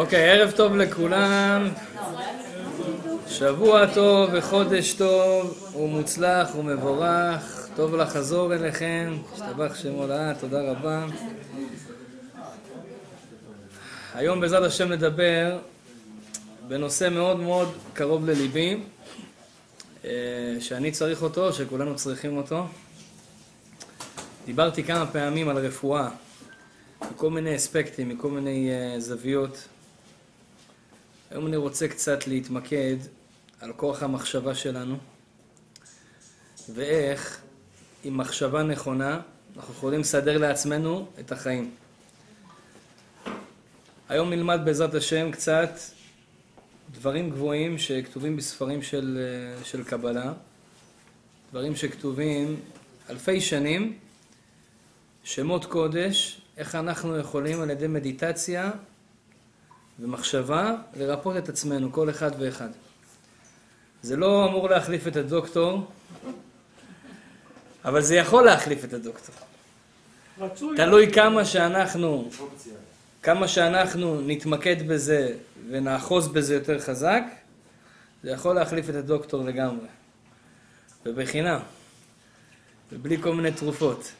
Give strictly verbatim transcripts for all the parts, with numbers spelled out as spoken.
אוקיי, ערב טוב לכולם, שבוע טוב וחודש טוב ומוצלח ומבורך, טוב לחזור אליכם, השתבח שמו לעד, תודה רבה. היום בעזרת השם נדבר בנושא מאוד מאוד קרוב לליבי, שאני צריך אותו, שכולנו צריכים אותו. דיברתי כמה פעמים על רפואה, מכל מיני אספקטים, מכל מיני uh, זוויות. היום אני רוצה קצת להתמקד על כוח המחשבה שלנו, ואיך עם מחשבה נכונה אנחנו יכולים לסדר לעצמנו את החיים. היום נלמד בעזרת השם קצת דברים גבוהים שכתובים בספרים של, uh, של קבלה, דברים שכתובים אלפי שנים, שמות קודש, איך אנחנו יכולים על ידי מדיטציה ומחשבה לרפות את עצמנו, כל אחד ואחד. זה לא אמור להחליף את הדוקטור, אבל זה יכול להחליף את הדוקטור. תלוי כמה שאנחנו, כמה שאנחנו נתמקד בזה ונאחוז בזה יותר חזק, זה יכול להחליף את הדוקטור לגמרי. ובחינם, ובלי כל מיני תרופות.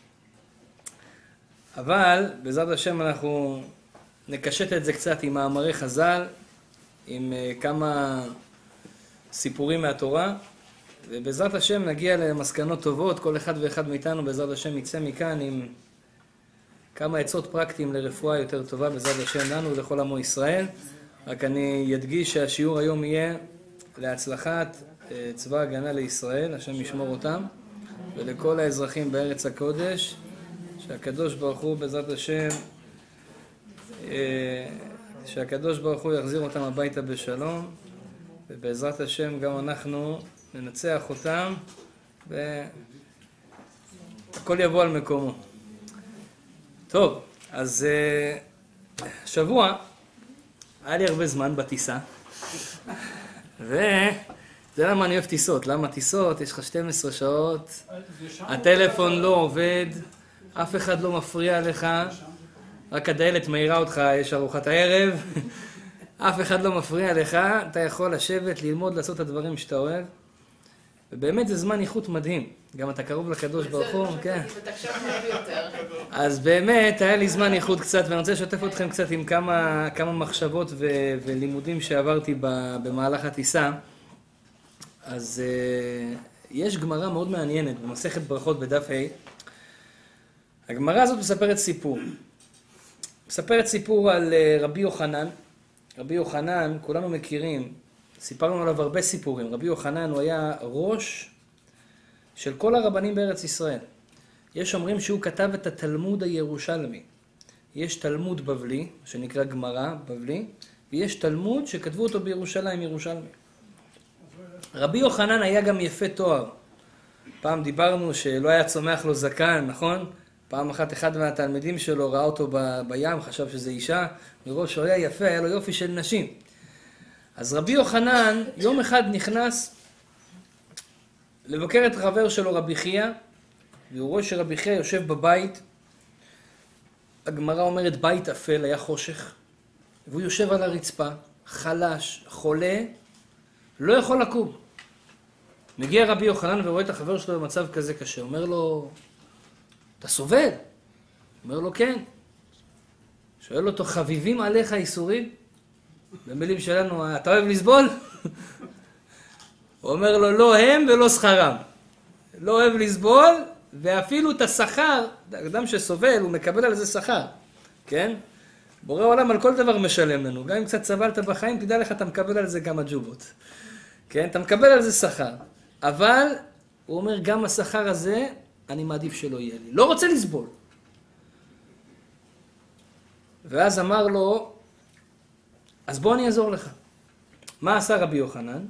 אבל בעזרת השם אנחנו נקשט את זה קצת עם מאמרי חז"ל, עם uh, כמה סיפורים מהתורה, ובעזרת השם נגיע למסקנות טובות, כל אחד ואחד מאיתנו בעזרת השם יצא מכאן עם כמה עצות פרקטיים לרפואה יותר טובה בעזרת השם לנו ולכל עמו ישראל. רק אני אדגיש שהשיעור היום יהיה להצלחת uh, צבא הגנה לישראל, השם ישמור אותם, ולכל האזרחים בארץ הקודש, שהקדוש ברוך הוא בעזרת השם, שהקדוש ברוך הוא יחזיר אותם הביתה בשלום, ובעזרת השם גם אנחנו ננצח אותם, והכל יבוא על מקומו. טוב, אז שבוע, היה לי הרבה זמן בטיסה, וזה למה אני אוהב טיסות. למה טיסות? יש לך שתים עשרה שעות, הטלפון לא עובד, אף אחד לא מפריע לך, רק הדיילת מהירה אותך, יש ארוחת הערב, אף אחד לא מפריע לך, אתה יכול לשבת, ללמוד, לעשות את הדברים שאתה אוהב, ובאמת זה זמן איכות מדהים, גם אתה קרוב לקדוש ברוך הוא, כן. אז באמת היה לי זמן איכות קצת, ואני רוצה לשתף אתכם קצת עם כמה, כמה מחשבות ו- ולימודים שעברתי במהלך הטיסה. אז יש גמרא מאוד מעניינת במסכת ברכות בדף ה'. הגמרא הזאת מספרת סיפור. מספרת סיפור על רבי יוחנן. רבי יוחנן, כולנו מכירים, סיפרנו עליו הרבה סיפורים. רבי יוחנן הוא היה ראש של כל הרבנים בארץ ישראל. יש אומרים שהוא כתב את התלמוד הירושלמי. יש תלמוד בבלי, שנקרא גמרא בבלי, ויש תלמוד שכתבו אותו בירושלים, ירושלמי. רבי יוחנן היה גם יפה תואר. פעם דיברנו שלא היה צומח לו זקן, נכון? פעם אחת אחד מהתלמידים שלו ראה אותו ב- בים, חשב שזה אישה, מראש שהוא היה יפה, היה לו יופי של נשים. אז רבי יוחנן יום אחד נכנס לבקר את חבר שלו רבי חייא, והוא רואה שרבי חייא יושב בבית, הגמרא אומרת בית אפל, היה חושך, והוא יושב על הרצפה, חלש, חולה, לא יכול לקום. מגיע רבי יוחנן ורואה את החבר שלו במצב כזה קשה, אומר לו, אתה סובל? אומר לו, כן. שואל אותו, חביבים עליך איסורים? במילים שלנו, אתה אוהב לסבול? הוא אומר לו, לא הם ולא שכרם. לא אוהב לסבול, ואפילו את השכר, אדם שסובל, הוא מקבל על זה שכר. כן? בורא עולם על כל דבר משלם לנו. גם אם קצת סבלת בחיים, תדע לך, אתה מקבל על זה גם הג'ובות. כן? אתה מקבל על זה שכר. אבל, הוא אומר, גם השכר הזה, אני מעדיף שלא יהיה לי. לא רוצה לסבול. ואז אמר לו, אז בוא אני אעזור לך. מה עשה רבי יוחנן?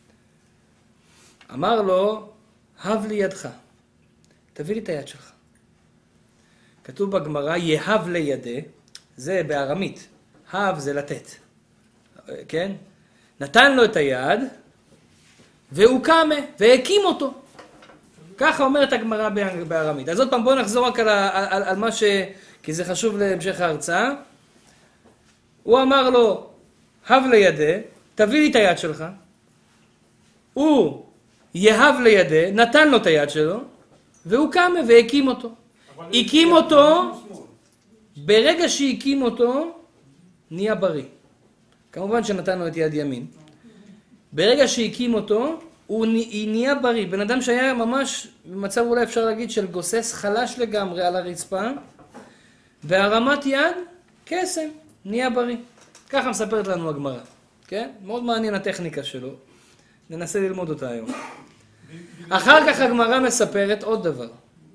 אמר לו, הב לי ידך. תביא לי את היד שלך. כתוב בגמרא, יהב לידה, זה בארמית. הב זה לתת. כן? נתן לו את היד, והוא קמה, והקים אותו. ככה אומרת הגמרא בארמית. אז עוד פעם בואו נחזור רק על, על, על מה ש... כי זה חשוב להמשך ההרצאה. הוא אמר לו, הב לידה, תביא לי את היד שלך. הוא יהב לידה, נתן לו את היד שלו, והוא קם והקים אותו. הקים אותו, ברגע שהקים אותו, נהיה בריא. כמובן שנתן לו את יד ימין. ברגע שהקים אותו, הוא נהיה בריא. בן אדם שהיה ממש במצב אולי אפשר להגיד של גוסס חלש לגמרי על הרצפה, והרמת יד, קסם, נהיה בריא. ככה מספרת לנו הגמרא. כן? מאוד מעניין הטכניקה שלו. ננסה ללמוד אותה היום. אחר כך הגמרא מספרת עוד דבר.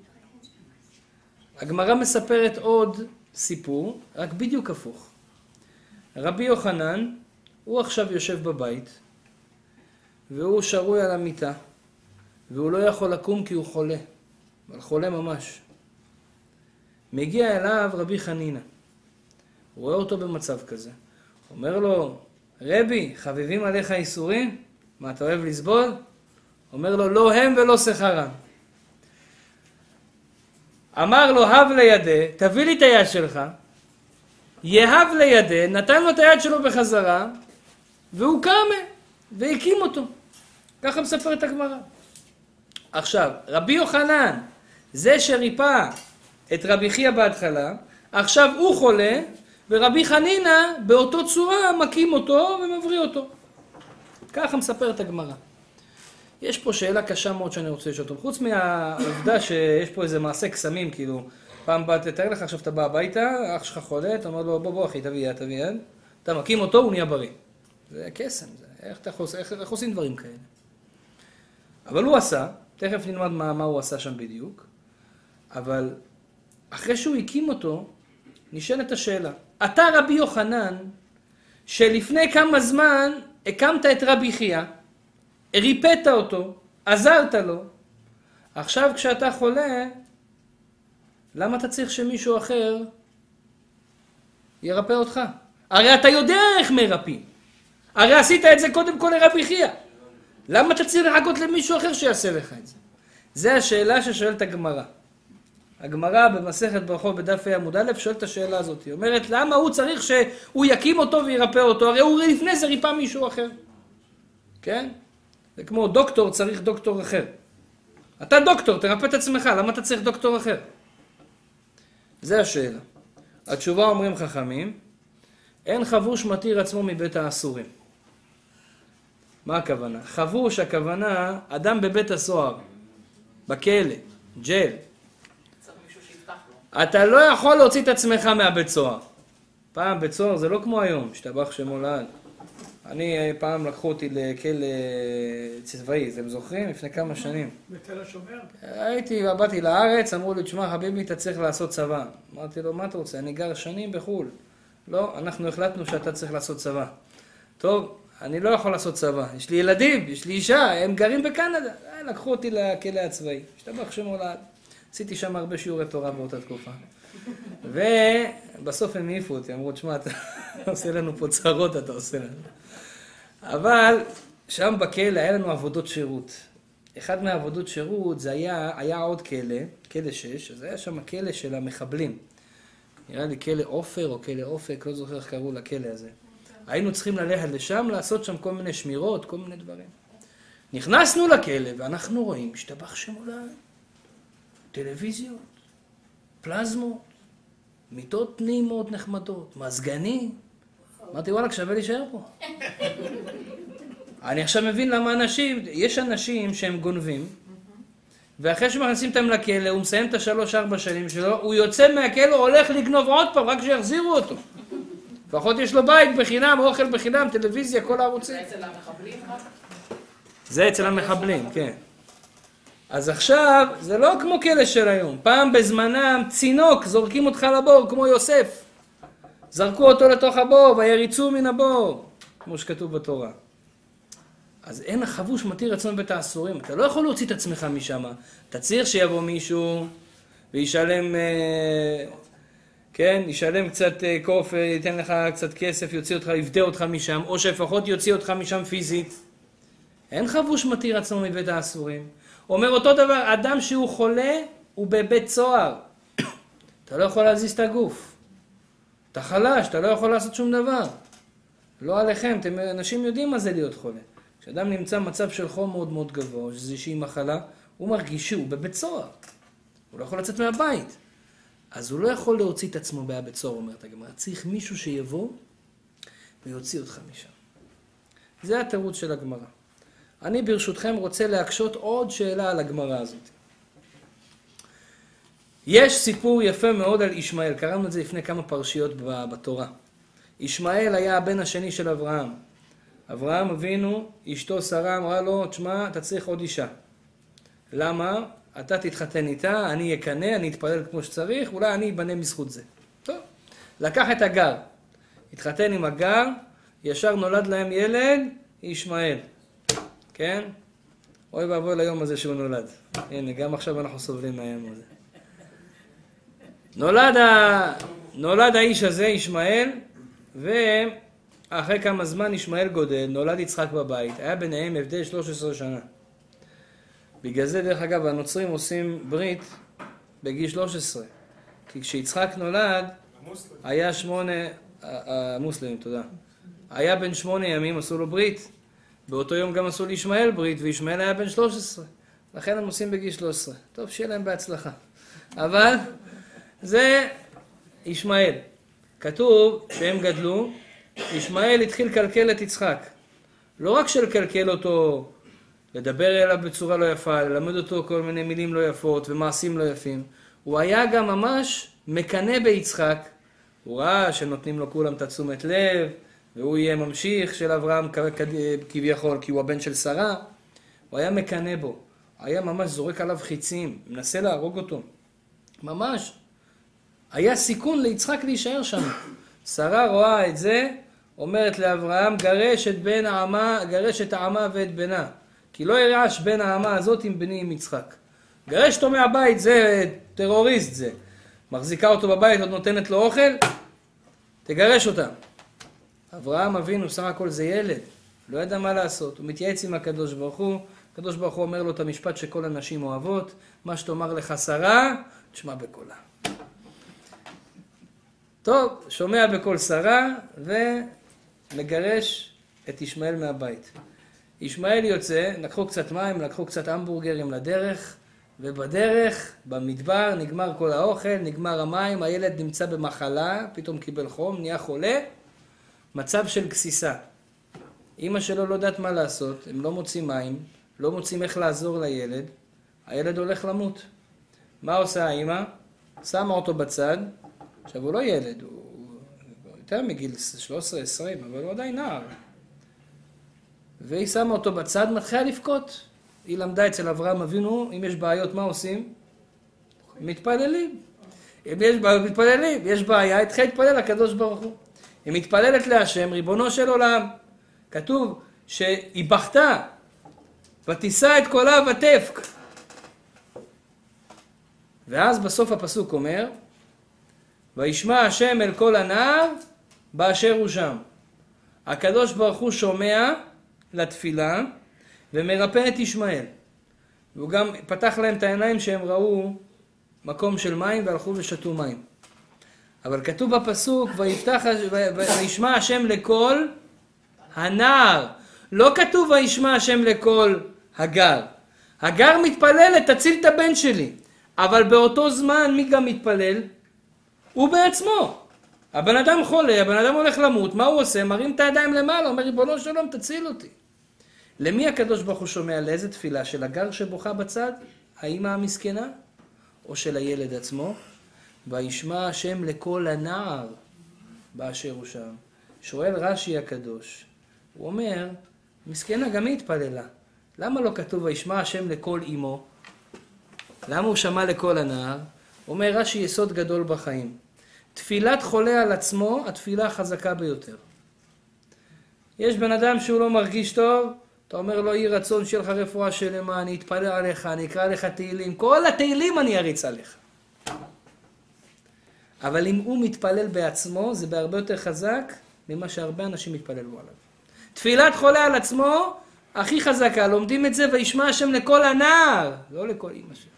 הגמרא מספרת עוד סיפור, רק בדיוק הפוך. רבי יוחנן, הוא עכשיו יושב בבית, והוא שרוי על המיטה, והוא לא יכול לקום כי הוא חולה, אבל חולה ממש. מגיע אליו רבי חנינה, הוא רואה אותו במצב כזה, אומר לו, רבי, חביבים עליך איסורים? מה, אתה אוהב לסבול? אומר לו, לא הם ולא שכרם. אמר לו, הב לידה, תביא לי את היד שלך, יהב לידה, נתן לו את היד שלו בחזרה, והוא קם והקים אותו. ככה מספרת הגמרא. עכשיו, רבי יוחנן, זה שריפא את רבי חייא בהתחלה, עכשיו הוא חולה, ורבי חנינה באותו צורה מקים אותו ומבריא אותו. ככה מספרת הגמרא. יש פה שאלה קשה מאוד שאני רוצה לשאול אותו. חוץ מהעובדה שיש פה איזה מעשה קסמים, כאילו, פעם באת, תתאר לך, עכשיו אתה בא הביתה, אח שלך חולה, אתה אומר לו, בוא בוא אחי, תביא יד, תביא יד. אתה מקים אותו, הוא נהיה בריא. זה קסם, זה, איך, איך, איך, איך עושים דברים כאלה? אבל הוא עשה, תכף נלמד מה, מה הוא עשה שם בדיוק, אבל אחרי שהוא הקים אותו, נשאלת השאלה. אתה רבי יוחנן, שלפני כמה זמן הקמת את רבי חייא, ריפאת אותו, עזרת לו, עכשיו כשאתה חולה, למה אתה צריך שמישהו אחר ירפא אותך? הרי אתה יודע איך מרפאים. הרי עשית את זה קודם כל לרבי חייא. למה אתה צריך לחכות למישהו אחר שיעשה לך את זה? זה השאלה ששואלת הגמרא. הגמרא במסכת ברכות בדף ה' עמוד א' שואלת את השאלה הזאת. היא אומרת, למה הוא צריך שהוא יקים אותו וירפא אותו? הרי הוא לפני זה ריפא מישהו אחר. כן? זה כמו דוקטור צריך דוקטור אחר. אתה דוקטור, תרפא את עצמך, למה אתה צריך דוקטור אחר? זה השאלה. התשובה אומרים חכמים, אין חבוש מתיר עצמו מבית האסורים. מה הכוונה? חבוש, הכוונה, אדם בבית הסוהר, בכלא, ג'ל. אתה לא יכול להוציא את עצמך מהבית סוהר. פעם בית סוהר זה לא כמו היום, השתבח שמו לעד. אני פעם לקחו אותי לכלא צבאי, אתם זוכרים? לפני כמה שנים. בתל השומר? הייתי, באתי לארץ, אמרו לי, תשמע חביבי, אתה צריך לעשות צבא. אמרתי לו, מה אתה רוצה? אני גר שנים בחול. לא, אנחנו החלטנו שאתה צריך לעשות צבא. טוב, אני לא יכול לעשות צבא. יש לי ילדים, יש לי אישה, הם גרים בקנדה. לקחו אותי לכלא הצבאי. השתבח שמו לעד. עשיתי שם הרבה שיעורי תורה באותה תקופה. ובסוף הם העיפו אותי, אמרו, תשמע, אתה עושה לנו פה צרות, אתה עושה לנו. אבל שם בכלא היה לנו עבודות שירות. אחד מהעבודות שירות זה היה, היה עוד כלא, כלא שש, אז היה שם הכלא של המחבלים. נראה לי כלא אופר או כלא אופק, לא זוכר איך קראו לכלא הזה. היינו צריכים ללכת לשם, לעשות שם כל מיני שמירות, כל מיני דברים. נכנסנו לכלא ואנחנו רואים, השתבח שמו לעד, טלוויזיות, פלזמות, מיטות נעימות נחמדות, מזגנים. אמרתי, וואלה, שווה להישאר פה. אני עכשיו מבין למה אנשים, יש אנשים שהם גונבים, ואחרי שמכניסים אותם לכלא, הוא מסיים את השלוש ארבע שנים שלו, הוא יוצא מהכלא, הולך לגנוב עוד פעם, רק שיחזירו אותו. לפחות יש לו בית בחינם, אוכל בחינם, טלוויזיה, כל הערוצים. זה אצל המחבלים? זה אצל המחבלים, כן. אז עכשיו, זה לא כמו כלא של היום. פעם בזמנם, צינוק, זורקים אותך לבור, כמו יוסף. זרקו אותו לתוך הבור, ויריצו מן הבור, כמו שכתוב בתורה. אז אין החבוש מתיר עצמו בית האסורים. אתה לא יכול להוציא את עצמך משם. אתה צריך שיבוא מישהו וישלם, כן, ישלם קצת קוף, ייתן לך קצת כסף, יוציא אותך, יבדה אותך משם, או שלפחות יוציא אותך משם פיזית. אין חבוש מתיר עצמו מבית האסורים. אומר אותו דבר, אדם שהוא חולה, הוא בבית סוהר. אתה לא יכול להזיז את הגוף. אתה חלש, אתה לא יכול לעשות שום דבר. לא עליכם, אתם, אנשים יודעים מה זה להיות חולה. כשאדם נמצא במצב של חום מאוד מאוד גבוה, או שזה איזושהי מחלה, הוא מרגיש שהוא בבית סוהר. הוא לא יכול לצאת מהבית. אז הוא לא יכול להוציא את עצמו בבית סוהר, אומרת הגמרא. צריך מישהו שיבוא ויוציא אותך משם. זה התירוץ של הגמרא. אני ברשותכם רוצה להקשות עוד שאלה על הגמרא הזאת. יש סיפור יפה מאוד על ישמעאל, קראנו את זה לפני כמה פרשיות בתורה. ישמעאל היה הבן השני של אברהם. אברהם אבינו, אשתו שרה אמרה לו, תשמע, אתה צריך עוד אישה. למה? אתה תתחתן איתה, אני אקנה, אני אתפלל כמו שצריך, אולי אני אבנה מזכות זה. טוב, לקח את הגר, התחתן עם הגר, ישר נולד להם ילד, ישמעאל. כן? אוי ואבוי ליום הזה שהוא נולד. הנה, גם עכשיו אנחנו סובלים מהיום הזה. נולד, ה... נולד האיש הזה, ישמעאל, ואחרי כמה זמן ישמעאל גודל, נולד יצחק בבית. היה ביניהם הבדל שלוש עשרה שנה. בגלל זה, דרך אגב, הנוצרים עושים ברית בגיל שלוש עשרה. כי כשיצחק נולד, המוסלמים. היה שמונה, המוסלמים, תודה. היה בן שמונה ימים, עשו לו ברית. באותו יום גם עשו לישמעאל ברית, וישמעאל היה בן שלוש עשרה. לכן הם עושים בגיל שלוש עשרה. טוב, שיהיה להם בהצלחה. אבל זה ישמעאל. כתוב שהם גדלו, ישמעאל התחיל לקלקל את יצחק. לא רק שלקלקל אותו, לדבר אליו בצורה לא יפה, ללמד אותו כל מיני מילים לא יפות ומעשים לא יפים. הוא היה גם ממש מקנא ביצחק. הוא ראה שנותנים לו כולם את תשומת לב, והוא יהיה ממשיך של אברהם כביכול, כי הוא הבן של שרה. הוא היה מקנא בו. היה ממש זורק עליו חיצים, מנסה להרוג אותו. ממש. היה סיכון ליצחק להישאר שם. שרה רואה את זה, אומרת לאברהם, גרש את בן העמה, גרש את העמה ואת בנה. כי לא ירעש בן העמה הזאת עם בני עם יצחק. גרש אותו מהבית, זה טרוריסט זה. מחזיקה אותו בבית, עוד נותנת לו אוכל, תגרש אותה. אברהם אבינו, סך הכל זה ילד, לא ידע מה לעשות. הוא מתייעץ עם הקדוש ברוך הוא, הקדוש ברוך הוא אומר לו את המשפט שכל הנשים אוהבות, מה שתאמר לך שרה, תשמע בקולה. טוב, שומע בקול שרה ומגרש את ישמעאל מהבית. ישמעאל יוצא, לקחו קצת מים, לקחו קצת המבורגרים לדרך, ובדרך, במדבר, נגמר כל האוכל, נגמר המים, הילד נמצא במחלה, פתאום קיבל חום, נהיה חולה, מצב של גסיסה. אמא שלו לא יודעת מה לעשות, הם לא מוצאים מים, לא מוצאים איך לעזור לילד, הילד הולך למות. מה עושה האמא? שמה אותו בצד, עכשיו הוא לא ילד, הוא יותר מגיל שלוש עשרה עשרים, אבל הוא עדיין נער. והיא שמה אותו בצד, מתחילה לבכות. היא למדה אצל אברהם אבינו, אם יש בעיות, מה עושים? מתפללים. אם יש בעיות, מתפללים. יש בעיה, התחילה להתפלל לקדוש ברוך הוא. היא מתפללת להשם, ריבונו של עולם. כתוב שהיא בכתה, ותישא את קולה ותבך. ואז בסוף הפסוק אומר, וישמע השם אל כל הנער באשר הוא שם. הקדוש ברוך הוא שומע לתפילה ומרפא את ישמעאל. והוא גם פתח להם את העיניים שהם ראו מקום של מים והלכו ושתו מים. אבל כתוב בפסוק, ויפתח, וישמע השם לכל הנער. לא כתוב וישמע השם לכל הגר. הגר מתפללת, תציל את הבן שלי. אבל באותו זמן מי גם מתפלל? הוא בעצמו. הבן אדם חולה, הבן אדם הולך למות, מה הוא עושה? מרים את הידיים למעלה, אומר ריבונו של עולם תציל אותי. למי הקדוש ברוך הוא שומע? לאיזה תפילה? של הגר שבוכה בצד? האמא המסכנה? או של הילד עצמו? וישמע השם לכל הנער באשר הוא שם. שואל רש"י הקדוש, הוא אומר, מסכנה גם היא התפללה. למה לא כתוב וישמע השם לכל אמו? למה הוא שמע לכל הנער? אומר רש"י יסוד גדול בחיים. תפילת חולה על עצמו, התפילה החזקה ביותר. יש בן אדם שהוא לא מרגיש טוב, אתה אומר לו, יהי רצון שיהיה לך רפואה שלמה, אני אתפלל עליך, אני אקרא לך תהילים, כל התהילים אני אריץ עליך. אבל אם הוא מתפלל בעצמו, זה בהרבה יותר חזק ממה שהרבה אנשים מתפללו עליו. תפילת חולה על עצמו, הכי חזקה, לומדים את זה, וישמע השם לכל הנער, לא לכל אמא שלו.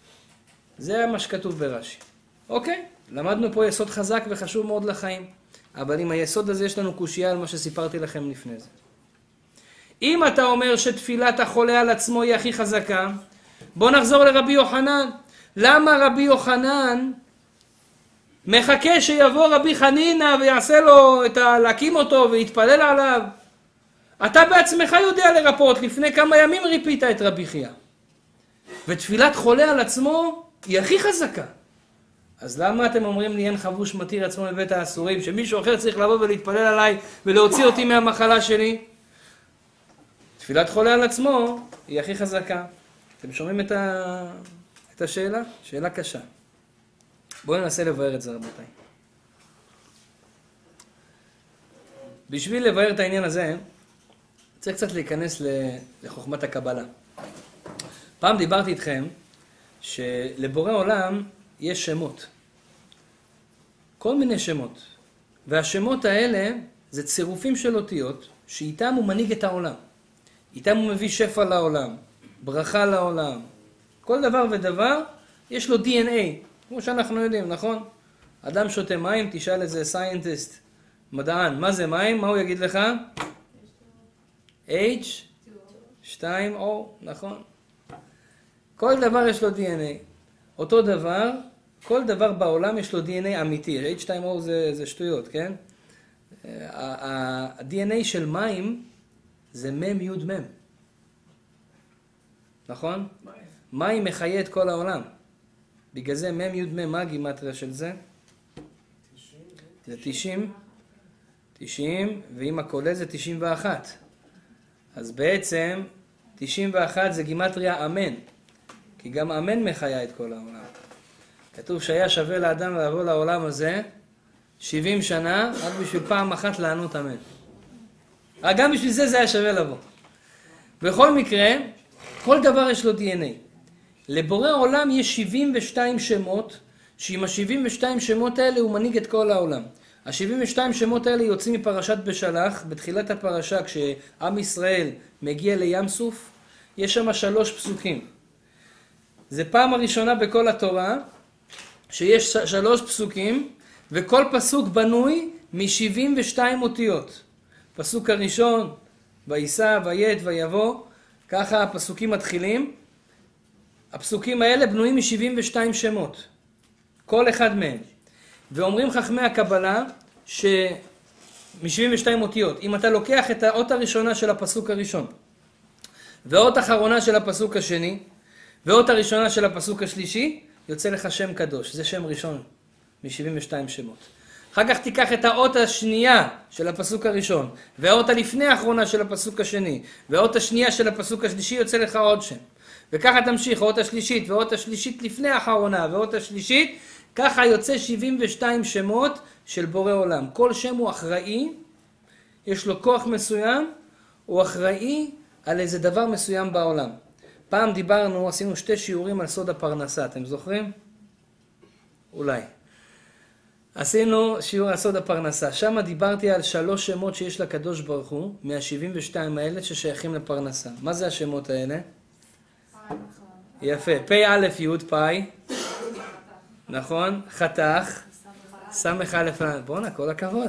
זה מה שכתוב ברש"י. אוקיי? למדנו פה יסוד חזק וחשוב מאוד לחיים. אבל עם היסוד הזה יש לנו קושייה על מה שסיפרתי לכם לפני זה. אם אתה אומר שתפילת החולה על עצמו היא הכי חזקה, בוא נחזור לרבי יוחנן. למה רבי יוחנן מחכה שיבוא רבי חנינא ויעשה לו את ה... להקים אותו ויתפלל עליו? אתה בעצמך יודע לרפות, לפני כמה ימים ריפית את רבי חייא. ותפילת חולה על עצמו היא הכי חזקה. אז למה אתם אומרים לי אין חבוש מתיר עצמו מבית האסורים, שמישהו אחר צריך לבוא ולהתפלל עליי ולהוציא אותי מהמחלה שלי? תפילת חולה על עצמו היא הכי חזקה. אתם שומעים את, ה... את השאלה? שאלה קשה. בואו ננסה לבאר את זה, רבותיי. בשביל לבאר את העניין הזה, צריך קצת להיכנס לחוכמת הקבלה. פעם דיברתי איתכם שלבורא עולם יש שמות. כל מיני שמות. והשמות האלה זה צירופים של אותיות שאיתם הוא מנהיג את העולם. איתם הוא מביא שפע לעולם, ברכה לעולם. כל דבר ודבר יש לו די אן איי, כמו שאנחנו יודעים, נכון? אדם שותה מים, תשאל איזה סיינטיסט, מדען, מה זה מים? מה הוא יגיד לך? אייץ' שתיים או, נכון? כל דבר יש לו די אן איי. אותו דבר, כל דבר בעולם יש לו די אן איי אמיתי. אייץ' שתיים או זה, זה שטויות, כן? ה-די אן איי של מים זה מם יוד מם. נכון? מים מחיה את כל העולם. בגלל זה מם יוד מם, מה הגימטריה של זה? זה תשעים. תשעים, ואם הכולל זה תשעים ואחת. אז בעצם תשעים ואחת זה גימטריה אמן. כי גם אמן מחיה את כל העולם. כתוב שהיה שווה לאדם לעבור לעולם הזה שבעים שנה, רק בשביל פעם אחת לענות אמן. גם בשביל זה זה היה שווה לבוא. בכל מקרה, כל דבר יש לו די אן איי. לבורא העולם יש שבעים ושתיים שמות, שעם ה-שבעים ושתיים שמות האלה הוא מנהיג את כל העולם. ה-שבעים ושתיים שמות האלה יוצאים מפרשת בשלח. בתחילת הפרשה, כשעם ישראל מגיע לים סוף, יש שם שלוש פסוקים. זה פעם הראשונה בכל התורה שיש שלוש פסוקים, וכל פסוק בנוי מ-שבעים ושתיים אותיות. פסוק הראשון, ויסע, ויט, ויבוא, ככה הפסוקים מתחילים. הפסוקים האלה בנויים מ-שבעים ושתיים שמות, כל אחד מהם. ואומרים חכמי הקבלה שמ-שבעים ושתיים אותיות, אם אתה לוקח את האות הראשונה של הפסוק הראשון, ואות אחרונה של הפסוק השני, ואות הראשונה של הפסוק השלישי, יוצא לך שם קדוש. זה שם ראשון מ-שבעים ושתיים שמות. אחר כך תיקח את האות השנייה של הפסוק הראשון, והאות הלפני האחרונה של הפסוק השני, והאות השנייה של הפסוק השלישי, יוצא לך עוד שם. וככה תמשיך, האות השלישית, והאות השלישית לפני האחרונה, והאות השלישית, ככה יוצא שבעים ושתיים שמות של בורא עולם. כל שם הוא אחראי, יש לו כוח מסוים, הוא אחראי על איזה דבר מסוים בעולם. פעם דיברנו, עשינו שתי שיעורים על סוד הפרנסה, אתם זוכרים? אולי. עשינו שיעור על סוד הפרנסה, שם דיברתי על שלוש שמות שיש לקדוש ברוך הוא, מה-שבעים ושתיים האלה ששייכים לפרנסה. מה זה השמות האלה? יפה, פי א' י' פי, נכון, חתך, סמך א' ל', בוא'נה, כל הכבוד.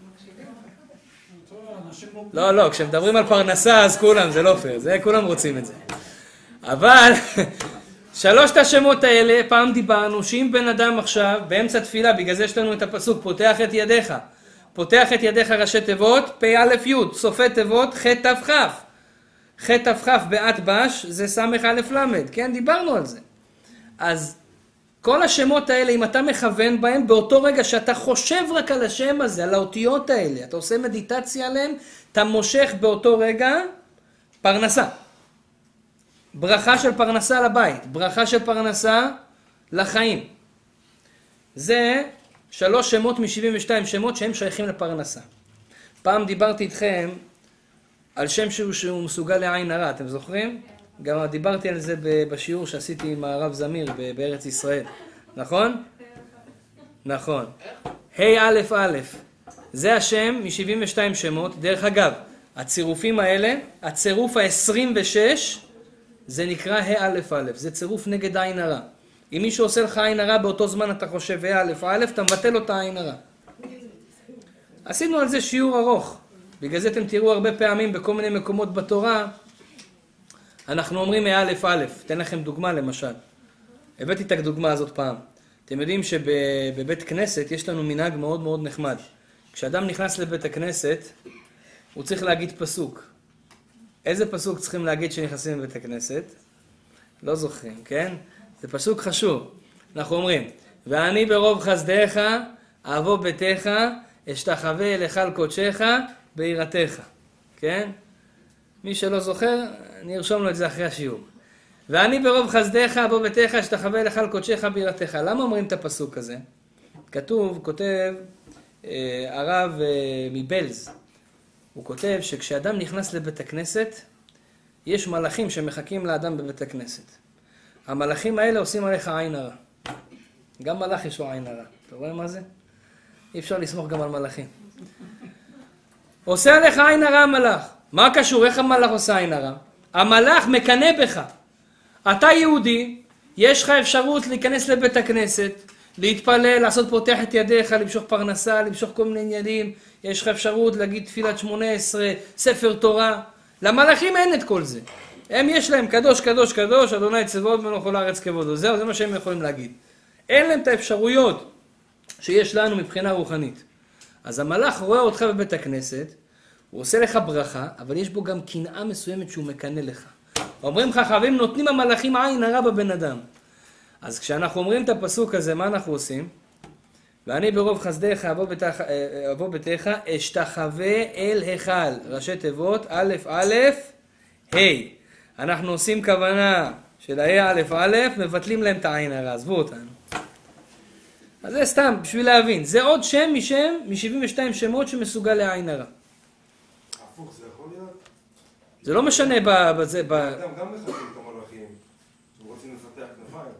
לא, לא, כשמדברים על פרנסה אז כולם, זה לא פייר, זה כולם רוצים את זה. אבל שלושת השמות האלה, פעם דיברנו שאם בן אדם עכשיו באמצע תפילה, בגלל זה יש לנו את הפסוק, פותח את ידיך, פותח את ידיך ראשי תיבות, פי א' י', סופי תיבות, ח' ת' כ'. ח' ת' כ' בעת בש זה סמך א' ל', כן, דיברנו על זה. אז כל השמות האלה, אם אתה מכוון בהם, באותו רגע שאתה חושב רק על השם הזה, על האותיות האלה, אתה עושה מדיטציה עליהם, אתה מושך באותו רגע פרנסה. ברכה של פרנסה לבית, ברכה של פרנסה לחיים. זה שלוש שמות מ-שבעים ושתיים שמות שהם שייכים לפרנסה. פעם דיברתי איתכם על שם שהוא, שהוא מסוגל לעין הרע, אתם זוכרים? גם דיברתי על זה בשיעור שעשיתי עם הרב זמיר בארץ ישראל, נכון? נכון. ה' א' א', זה השם מ-שבעים ושתיים שמות. דרך אגב, הצירופים האלה, הצירוף ה-עשרים ושש, זה נקרא ה' א' א', זה צירוף נגד עין הרע. אם מישהו עושה לך עין הרע באותו זמן אתה חושב ה' א' א', אתה מבטל אותה עין הרע. עשינו על זה שיעור ארוך. בגלל זה אתם תראו הרבה פעמים בכל מיני מקומות בתורה, אנחנו אומרים מאלף א', אתן לכם דוגמה למשל. הבאתי את הדוגמה הזאת פעם. אתם יודעים שבבית כנסת יש לנו מנהג מאוד מאוד נחמד. כשאדם נכנס לבית הכנסת, הוא צריך להגיד פסוק. איזה פסוק צריכים להגיד שנכנסים לבית הכנסת? לא זוכרים, כן? זה פסוק חשוב. אנחנו אומרים, ואני ברוב חסדיך, אבוא ביתך, אשתחווה אליך על קודשך, ביראתך. כן? מי שלא זוכר, אני ארשום לו את זה אחרי השיעור. ואני ברוב חסדיך, אבוא ביתך, אשתחווה אליך על קודשך, ביראתך. למה אומרים את הפסוק הזה? כתוב, כותב אה, הרב אה, מבלז. הוא כותב שכשאדם נכנס לבית הכנסת, יש מלאכים שמחכים לאדם בבית הכנסת. המלאכים האלה עושים עליך עין הרע. גם מלאך יש לו עין הרע. אתה רואה מה זה? אי אפשר לסמוך גם על מלאכים. עושה עליך עין הרע המלאך. מה קשור? איך המלאך עושה עין הרע? המלאך מקנא בך. אתה יהודי, יש לך אפשרות להיכנס לבית הכנסת, להתפלל, לעשות פותח את ידיך, למשוך פרנסה, למשוך כל מיני עניינים. יש לך אפשרות להגיד תפילת שמונה עשרה, ספר תורה. למלאכים אין את כל זה. הם יש להם קדוש, קדוש, קדוש, אדוני צבאות מלך כל הארץ כבודו. זהו, זה מה שהם יכולים להגיד. אין להם את האפשרויות שיש לנו מבחינה רוחנית. אז המלאך רואה אותך בבית הכנסת, הוא עושה לך ברכה, אבל יש בו גם קנאה מסוימת שהוא מקנא לך. אומרים חכמים, נותנים המלאכים עין הרע בבן אדם. אז כשאנחנו אומרים את הפסוק הזה, מה אנחנו עושים? ואני ברוב חסדיך אבוא ביתך, אשתחווה אל היכל. ראשי תיבות, א' א', ה'. אנחנו עושים כוונה של ה' א' א', מבטלים להם את העין הרע, עזבו אותנו. אז זה סתם, בשביל להבין. זה עוד שם משם, מ-שבעים ושתיים שמות שמסוגל לעין הרע. הפוך, זה יכול להיות? זה לא משנה בזה, ב... אדם גם מחכים את המלאכים, שהם רוצים לפתח כנפיים.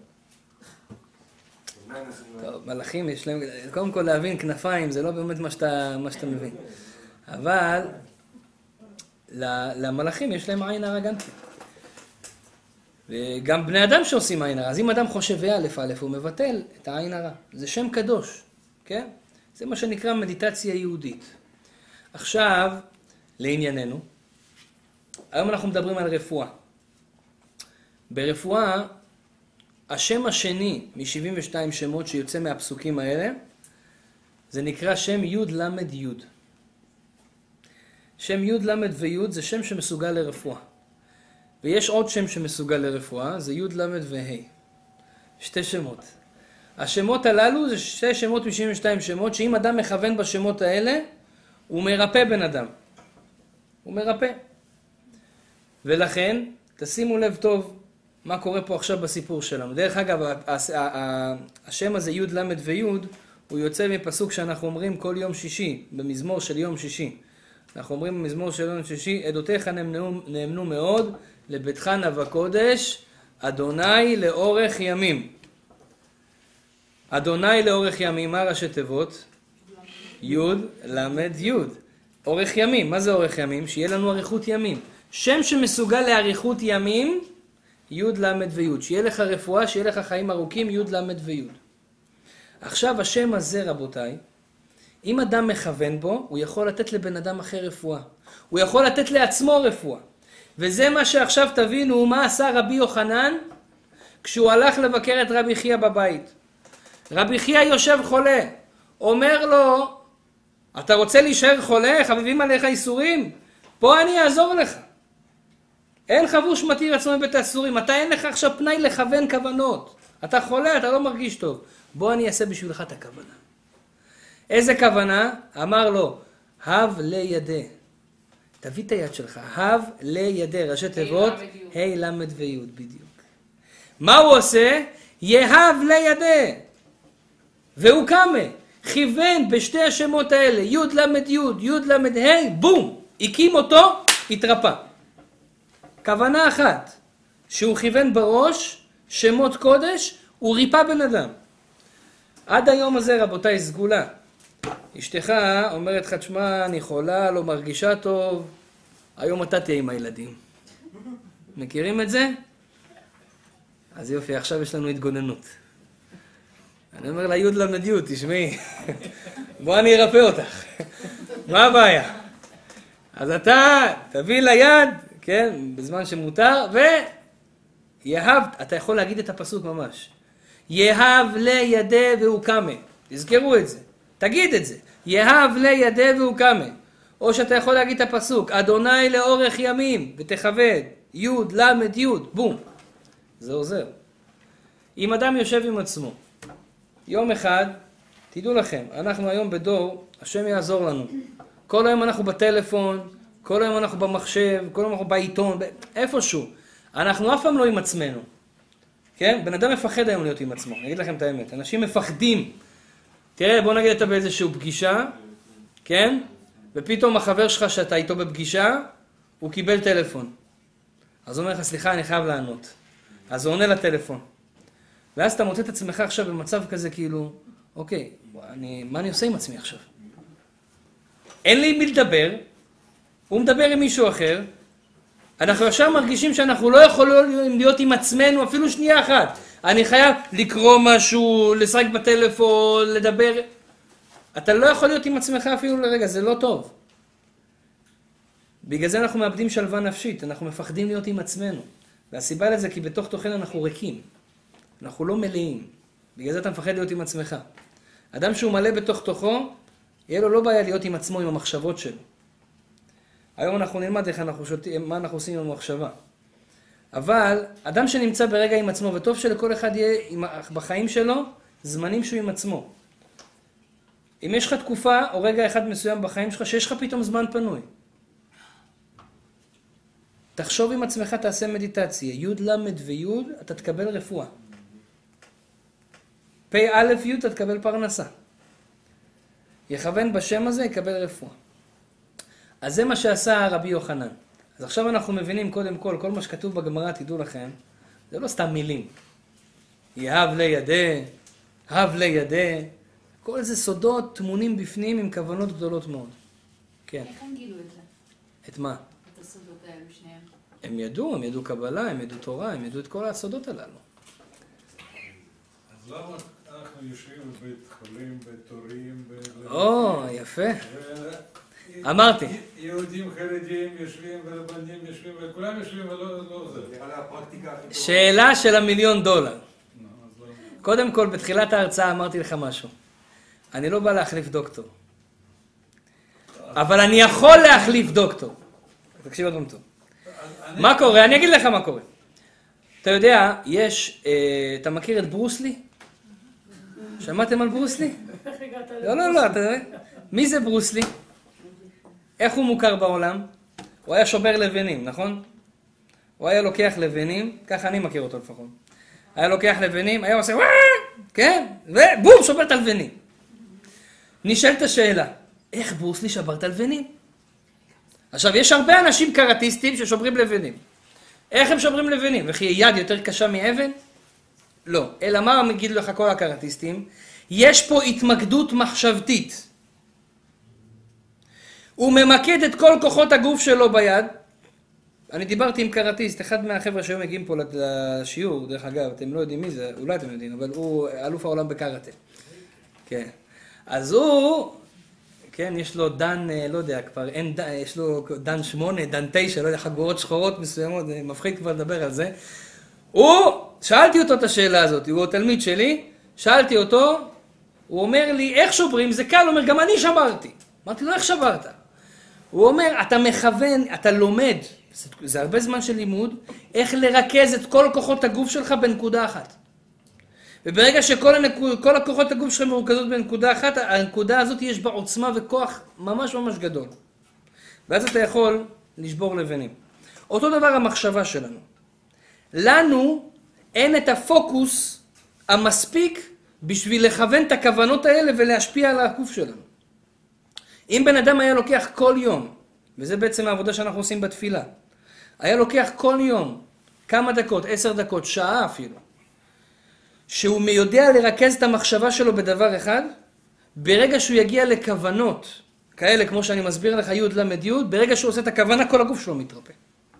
טוב, מלאכים יש להם, קודם כל להבין כנפיים, זה לא באמת מה שאתה, מה שאתה מבין. אבל, למלאכים יש להם עין הרע גם כן. וגם בני אדם שעושים עין הרע. אז אם אדם חושב א' א', הוא מבטל את העין הרע. זה שם קדוש, כן? זה מה שנקרא מדיטציה יהודית. עכשיו, לענייננו, היום אנחנו מדברים על רפואה. ברפואה, השם השני מ-שבעים ושתיים שמות שיוצא מהפסוקים האלה, זה נקרא שם י' למד י'. שם י' למד וי' זה שם שמסוגל לרפואה. ויש עוד שם שמסוגל לרפואה, זה י' למד וה'. שתי שמות. השמות הללו זה שתי שמות מ-שבעים ושתיים שמות, שאם אדם מכוון בשמות האלה, הוא מרפא בן אדם. הוא מרפא. ולכן, תשימו לב טוב מה קורה פה עכשיו בסיפור שלנו. דרך אגב, השם הזה י' למד וי' הוא יוצא מפסוק שאנחנו אומרים כל יום שישי, במזמור של יום שישי. אנחנו אומרים במזמור של יום שישי, עדותיך נאמנו, נאמנו מאוד, לביתך נא קודש, אדוני לאורך ימים. אדוני לאורך ימים, מה ראשי תיבות? י' למד י'. אורך ימים, מה זה אורך ימים? שיהיה לנו אריכות ימים. שם שמסוגל לאריכות ימים, י' למד וי'. שיהיה לך רפואה, שיהיה לך חיים ארוכים, י' למד וי'. עכשיו השם הזה רבותיי, אם אדם מכוון בו, הוא יכול לתת לבן אדם אחר רפואה. הוא יכול לתת לעצמו רפואה. וזה מה שעכשיו תבינו, מה עשה רבי יוחנן כשהוא הלך לבקר את רבי חייא בבית. רבי חייא יושב חולה, אומר לו, אתה רוצה להישאר חולה? חביבים עליך איסורים? פה אני אעזור לך. אין חבוש מתיר עצמו מבית האסורים. אתה אין לך עכשיו פנאי לכוון כוונות. אתה חולה, אתה לא מרגיש טוב. בוא אני אעשה בשבילך את הכוונה. איזה כוונה? אמר לו, הב לידה. תביא את היד שלך, הב לידה, ראשי תיבות, ה' למד וי' בדיוק. מה הוא עושה? יהב לידה. והוא קמה, כיוון בשתי השמות האלה, י' למד י', י' למד ה', בום, הקים אותו, התרפא. כוונה אחת, שהוא כיוון בראש, שמות קודש, הוא ריפא בן אדם. עד היום הזה רבותיי סגולה. אשתך אומרת לך, תשמע, אני חולה, לא מרגישה טוב, היום אתה תהיה עם הילדים. מכירים את זה? אז יופי, עכשיו יש לנו התגוננות. אני אומר לה, י' למד י', תשמעי. בוא אני ארפא אותך. מה הבעיה? אז אתה תביא ליד, כן, בזמן שמותר, ויהב, אתה יכול להגיד את הפסוק ממש. יהב לידי והוקמה. תזכרו את זה. תגיד את זה. יהב לידי והוקמה. או שאתה יכול להגיד את הפסוק, אדוני לאורך ימים, ותכבד, י' למד י', בום. זה עוזר. אם אדם יושב עם עצמו, יום אחד, תדעו לכם, אנחנו היום בדור, השם יעזור לנו. כל היום אנחנו בטלפון, כל היום אנחנו במחשב, כל היום אנחנו בעיתון, איפשהו. אנחנו אף פעם לא עם עצמנו. כן? בן אדם מפחד היום להיות עם עצמו, אני אגיד לכם את האמת. אנשים מפחדים. תראה, בוא נגיד אתה באיזושהי פגישה, כן? ופתאום החבר שלך שאתה איתו בפגישה, הוא קיבל טלפון. אז הוא אומר לך, סליחה, אני חייב לענות. אז הוא עונה לטלפון. ואז אתה מוצא את עצמך עכשיו במצב כזה כאילו, אוקיי, אני, מה אני עושה עם עצמי עכשיו? אין לי מי לדבר, הוא מדבר עם מישהו אחר, אנחנו ישר מרגישים שאנחנו לא יכולים להיות עם עצמנו אפילו שנייה אחת. אני חייב לקרוא משהו, לשחק בטלפון, לדבר. אתה לא יכול להיות עם עצמך אפילו לרגע, זה לא טוב. בגלל זה אנחנו מאבדים שלווה נפשית, אנחנו מפחדים להיות עם עצמנו. והסיבה לזה כי בתוך תוכנו אנחנו ריקים. אנחנו לא מלאים. בגלל זה אתה מפחד להיות עם עצמך. אדם שהוא מלא בתוך תוכו, יהיה לו לא בעיה להיות עם עצמו, עם המחשבות שלו. היום אנחנו נלמד איך אנחנו שותים, מה אנחנו עושים עם המחשבה. אבל אדם שנמצא ברגע עם עצמו, וטוב שלכל אחד יהיה עם, בחיים שלו, זמנים שהוא עם עצמו. אם יש לך תקופה או רגע אחד מסוים בחיים שלך, שיש לך פתאום זמן פנוי. תחשוב עם עצמך, תעשה מדיטציה. י' למד וי' אתה תקבל רפואה. פ' א' י' אתה תקבל פרנסה. יכוון בשם הזה, יקבל רפואה. אז זה מה שעשה רבי יוחנן. אז עכשיו אנחנו מבינים קודם כל, כל מה שכתוב בגמרא, תדעו לכם, זה לא סתם מילים. יהב לידי, הב לידי, כל זה סודות טמונים בפנים עם כוונות גדולות מאוד. כן. איך הם גילו את זה? את מה? את הסודות האלו שניהם. הם ידעו, הם ידעו קבלה, הם ידעו תורה, הם ידעו את כל הסודות הללו. אז למה אנחנו יושבים בבית חולים, בתורים, ב... או, יפה. ו... אמרתי. יהודים חרדים יושבים ורבנים יושבים וכולם יושבים ולא לא זה. נראה לי הפרקטיקה הכי טובה. שאלה של המיליון דולר. נו, אז לא... קודם כל, בתחילת ההרצאה אמרתי לך משהו. אני לא בא להחליף דוקטור. אבל אני יכול להחליף דוקטור. תקשיב עוד פעם טוב. אני... מה קורה? אני אגיד לך מה קורה. אתה יודע, יש, אה, אתה מכיר את ברוסלי? שמעתם על ברוסלי? לא, לא, לא, אתה יודע. מי זה ברוסלי? איך הוא מוכר בעולם? הוא היה שובר לבנים, נכון? הוא היה לוקח לבנים, ככה אני מכיר אותו לפחות. היה לוקח לבנים, היה עושה וואו, כן? ובום, שובר את הלבנים. נשאלת השאלה, איך ברוסלי שבר את הלבנים? עכשיו, יש הרבה אנשים קראטיסטים ששוברים לבנים. איך הם שוברים לבנים? וכי יד יותר קשה מאבן? לא. אלא מה מגיד לך כל הקראטיסטים? יש פה התמקדות מחשבתית. הוא ממקד את כל כוחות הגוף שלו ביד. אני דיברתי עם קראטיסט, אחד מהחבר'ה שהיום מגיעים פה לשיעור, דרך אגב, אתם לא יודעים מי זה, אולי אתם יודעים, אבל הוא אלוף העולם בקראטה. כן. אז הוא, כן, יש לו דן, לא יודע, כבר אין, יש לו דן שמונה, דן תשע, לא יודע, חגורות שחורות מסוימות, זה מפחיד כבר לדבר על זה. הוא, שאלתי אותו את השאלה הזאת, הוא תלמיד שלי, שאלתי אותו, הוא אומר לי, איך שוברים? זה קל, הוא אומר, גם אני שברתי. אמרתי לו, איך שברת? הוא אומר, אתה מכוון, אתה לומד, זה, זה הרבה זמן של לימוד, איך לרכז את כל כוחות הגוף שלך בנקודה אחת. וברגע שכל הנקוד, כל הכוחות הגוף שלך מרוכזות בנקודה אחת, הנקודה הזאת יש בה עוצמה וכוח ממש ממש גדול. ואז אתה יכול לשבור לבנים. אותו דבר המחשבה שלנו. לנו אין את הפוקוס המספיק בשביל לכוון את הכוונות האלה ולהשפיע על הגוף שלנו. אם בן אדם היה לוקח כל יום, וזה בעצם העבודה שאנחנו עושים בתפילה, היה לוקח כל יום כמה דקות, עשר דקות, שעה אפילו, שהוא יודע לרכז את המחשבה שלו בדבר אחד, ברגע שהוא יגיע לכוונות, כאלה כמו שאני מסביר לך, י' למד י', ברגע שהוא עושה את הכוונה, כל הגוף שלו מתרפא.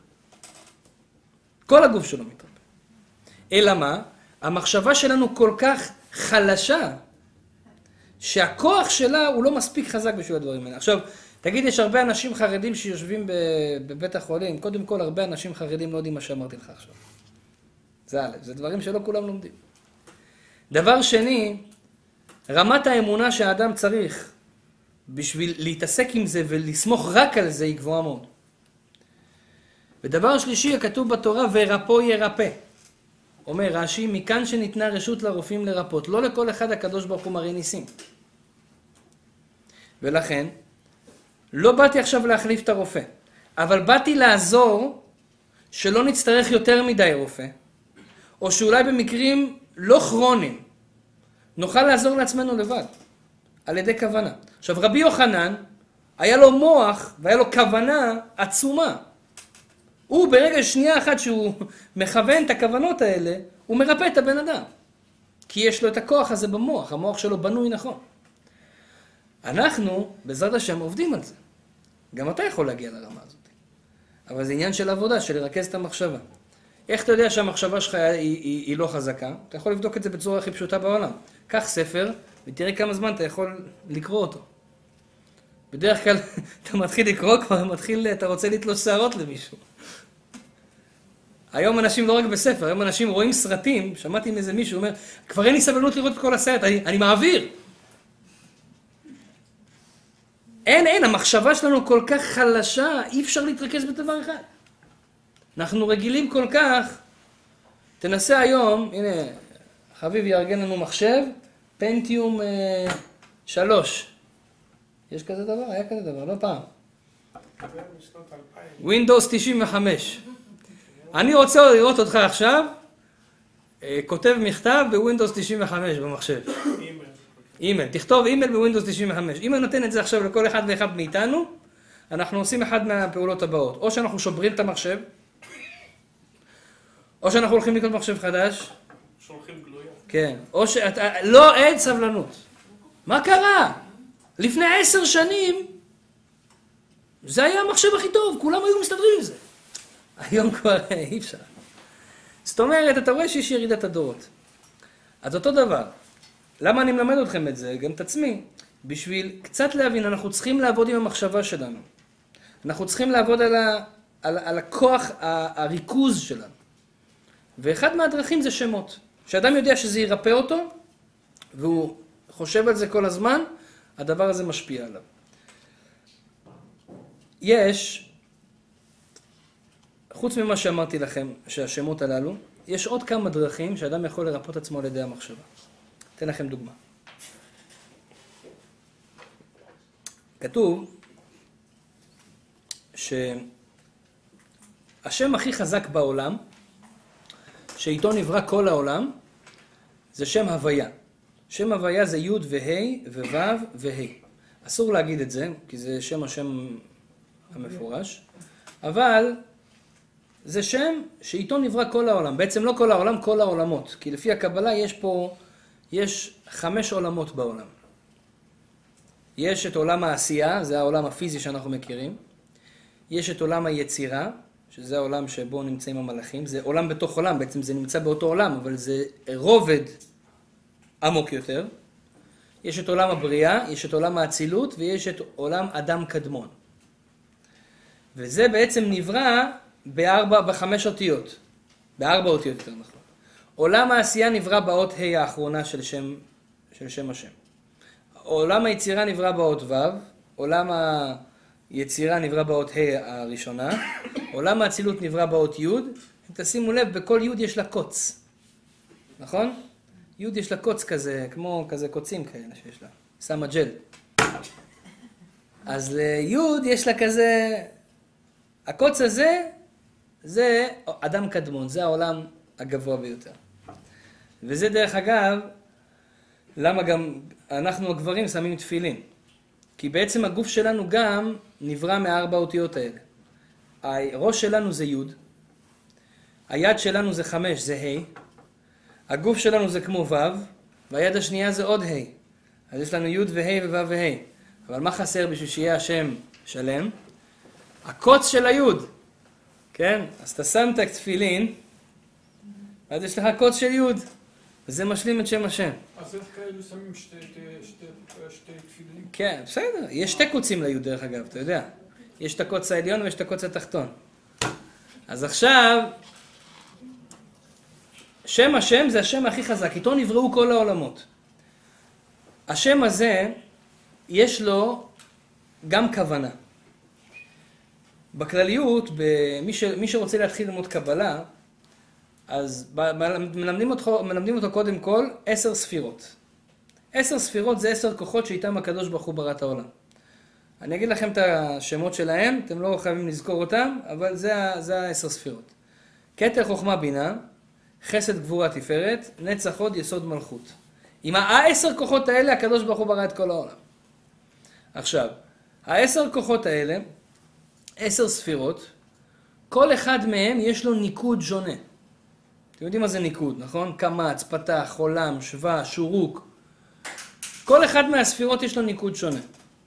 כל הגוף שלו מתרפא. אלא מה? המחשבה שלנו כל כך חלשה, שהכוח שלה הוא לא מספיק חזק בשביל הדברים האלה. עכשיו, תגיד, יש הרבה אנשים חרדים שיושבים בבית החולים, קודם כל הרבה אנשים חרדים לא יודעים מה שאמרתי לך עכשיו. זה א', זה דברים שלא כולם לומדים. דבר שני, רמת האמונה שהאדם צריך בשביל להתעסק עם זה ולסמוך רק על זה היא גבוהה מאוד. ודבר שלישי, הכתוב בתורה, ורפו ירפא. אומר רש"י, מכאן שניתנה רשות לרופאים לרפות, לא לכל אחד הקדוש ברוך הוא מראה ניסים. ולכן, לא באתי עכשיו להחליף את הרופא, אבל באתי לעזור שלא נצטרך יותר מדי רופא, או שאולי במקרים לא כרוניים, נוכל לעזור לעצמנו לבד, על ידי כוונה. עכשיו, רבי יוחנן, היה לו מוח והיה לו כוונה עצומה. הוא ברגע שנייה אחת שהוא מכוון את הכוונות האלה, הוא מרפא את הבן אדם. כי יש לו את הכוח הזה במוח, המוח שלו בנוי נכון. אנחנו, בעזרת השם, עובדים על זה. גם אתה יכול להגיע לרמה הזאת. אבל זה עניין של עבודה, של לרכז את המחשבה. איך אתה יודע שהמחשבה שלך היא, היא, היא לא חזקה? אתה יכול לבדוק את זה בצורה הכי פשוטה בעולם. קח ספר ותראה כמה זמן אתה יכול לקרוא אותו. בדרך כלל אתה מתחיל לקרוא, כבר מתחיל, אתה רוצה לתלוש שערות למישהו. היום אנשים לא רק בספר, היום אנשים רואים סרטים, שמעתי מאיזה מישהו, אומר, כבר אין לי סבלנות לראות את כל הסרט, אני, אני מעביר. אין, אין, המחשבה שלנו כל כך חלשה, אי אפשר להתרכז בדבר אחד. אנחנו רגילים כל כך, תנסה היום, הנה, חביב יארגן לנו מחשב, פנטיום אה, שלוש. יש כזה דבר? היה כזה דבר, לא פעם. ווינדוס תשעים וחמש. אני רוצה לראות אותך עכשיו, אה, כותב מכתב בווינדוס תשעים וחמש במחשב. אימייל. אימייל. תכתוב אימייל בווינדוס תשעים וחמש. אם אני נותן את זה עכשיו לכל אחד ואחד מאיתנו, אנחנו עושים אחד מהפעולות הבאות. או שאנחנו שוברים את המחשב, או שאנחנו הולכים לקנות מחשב חדש. שולחים גלויה. כן. או שאתה, לא, אין סבלנות. מה קרה? לפני עשר שנים, זה היה המחשב הכי טוב, כולם היו מסתדרים עם זה. היום כבר אי אפשר. זאת אומרת, אתה רואה שיש ירידת הדורות. אז אותו דבר. למה אני מלמד אתכם את זה? גם את עצמי. בשביל קצת להבין, אנחנו צריכים לעבוד עם המחשבה שלנו. אנחנו צריכים לעבוד על, ה, על, על הכוח, ה, הריכוז שלנו. ואחד מהדרכים זה שמות. כשאדם יודע שזה ירפא אותו, והוא חושב על זה כל הזמן, הדבר הזה משפיע עליו. יש, חוץ ממה שאמרתי לכם, שהשמות הללו, יש עוד כמה דרכים שאדם יכול לרפות עצמו על ידי המחשבה. אתן לכם דוגמה. כתוב שהשם הכי חזק בעולם, שאיתו נברא כל העולם, זה שם הוויה. שם הוויה זה י' וה' וו' וה'. אסור להגיד את זה, כי זה שם השם המפורש, אבל זה שם שאיתו נברא כל העולם. בעצם לא כל העולם, כל העולמות. כי לפי הקבלה יש פה, יש חמש עולמות בעולם. יש את עולם העשייה, זה העולם הפיזי שאנחנו מכירים. יש את עולם היצירה, שזה העולם שבו נמצאים המלאכים. זה עולם בתוך עולם, בעצם זה נמצא באותו עולם, אבל זה רובד עמוק יותר. יש את עולם הבריאה, יש את עולם האצילות, ויש את עולם אדם קדמון. וזה בעצם נברא בארבע, בחמש אותיות. בארבע אותיות יותר נכון. עולם העשייה נברא באות ה' האחרונה של שם, של שם השם. עולם היצירה נברא באות ו', עולם היצירה נברא באות ה' הראשונה, עולם האצילות נברא באות י', אם תשימו לב, בכל י' יש לה קוץ. נכון? י' יש לה קוץ כזה, כמו כזה קוצים כאלה שיש לה. שמה ג'ל. אז לי' יש לה כזה, הקוץ הזה, זה אדם קדמון, זה העולם הגבוה ביותר. וזה דרך אגב, למה גם אנחנו הגברים שמים תפילין. כי בעצם הגוף שלנו גם נברא מארבע אותיות האלה. הראש שלנו זה י', היד שלנו זה חמש, זה ה', הגוף שלנו זה כמו ו', והיד השנייה זה עוד ה'. אז יש לנו י' וה' וו' וה'. אבל מה חסר בשביל שיהיה השם שלם? הקוץ של הי'. כן? אז אתה שם את התפילין, ואז יש לך קוץ של י'. וזה משלים את שם השם. אז איך כאלו שמים שתי, שתי, שתי תפילין? כן, בסדר. יש שתי קוצים ליוד דרך אגב, אתה יודע. יש את הקוץ העליון ויש את הקוץ התחתון. אז עכשיו, שם השם זה השם הכי חזק. איתו נבראו כל העולמות. השם הזה, יש לו גם כוונה. בכלליות, במי ש... מי שרוצה להתחיל ללמוד קבלה, אז מלמדים אותו, מלמדים אותו קודם כל עשר ספירות. עשר ספירות זה עשר כוחות שאיתם הקדוש ברוך הוא ברא את העולם. אני אגיד לכם את השמות שלהם, אתם לא חייבים לזכור אותם, אבל זה, זה העשר ספירות. כתר חוכמה בינה, חסד גבורה תפארת, נצח הוד יסוד מלכות. עם העשר כוחות האלה הקדוש ברוך הוא ברא את כל העולם. עכשיו, העשר כוחות האלה, עשר ספירות, כל אחד מהם יש לו ניקוד שונה. אתם יודעים מה זה ניקוד, נכון? קמץ, פתח, עולם, שווה, שורוק. כל אחד מהספירות יש לו ניקוד שונה.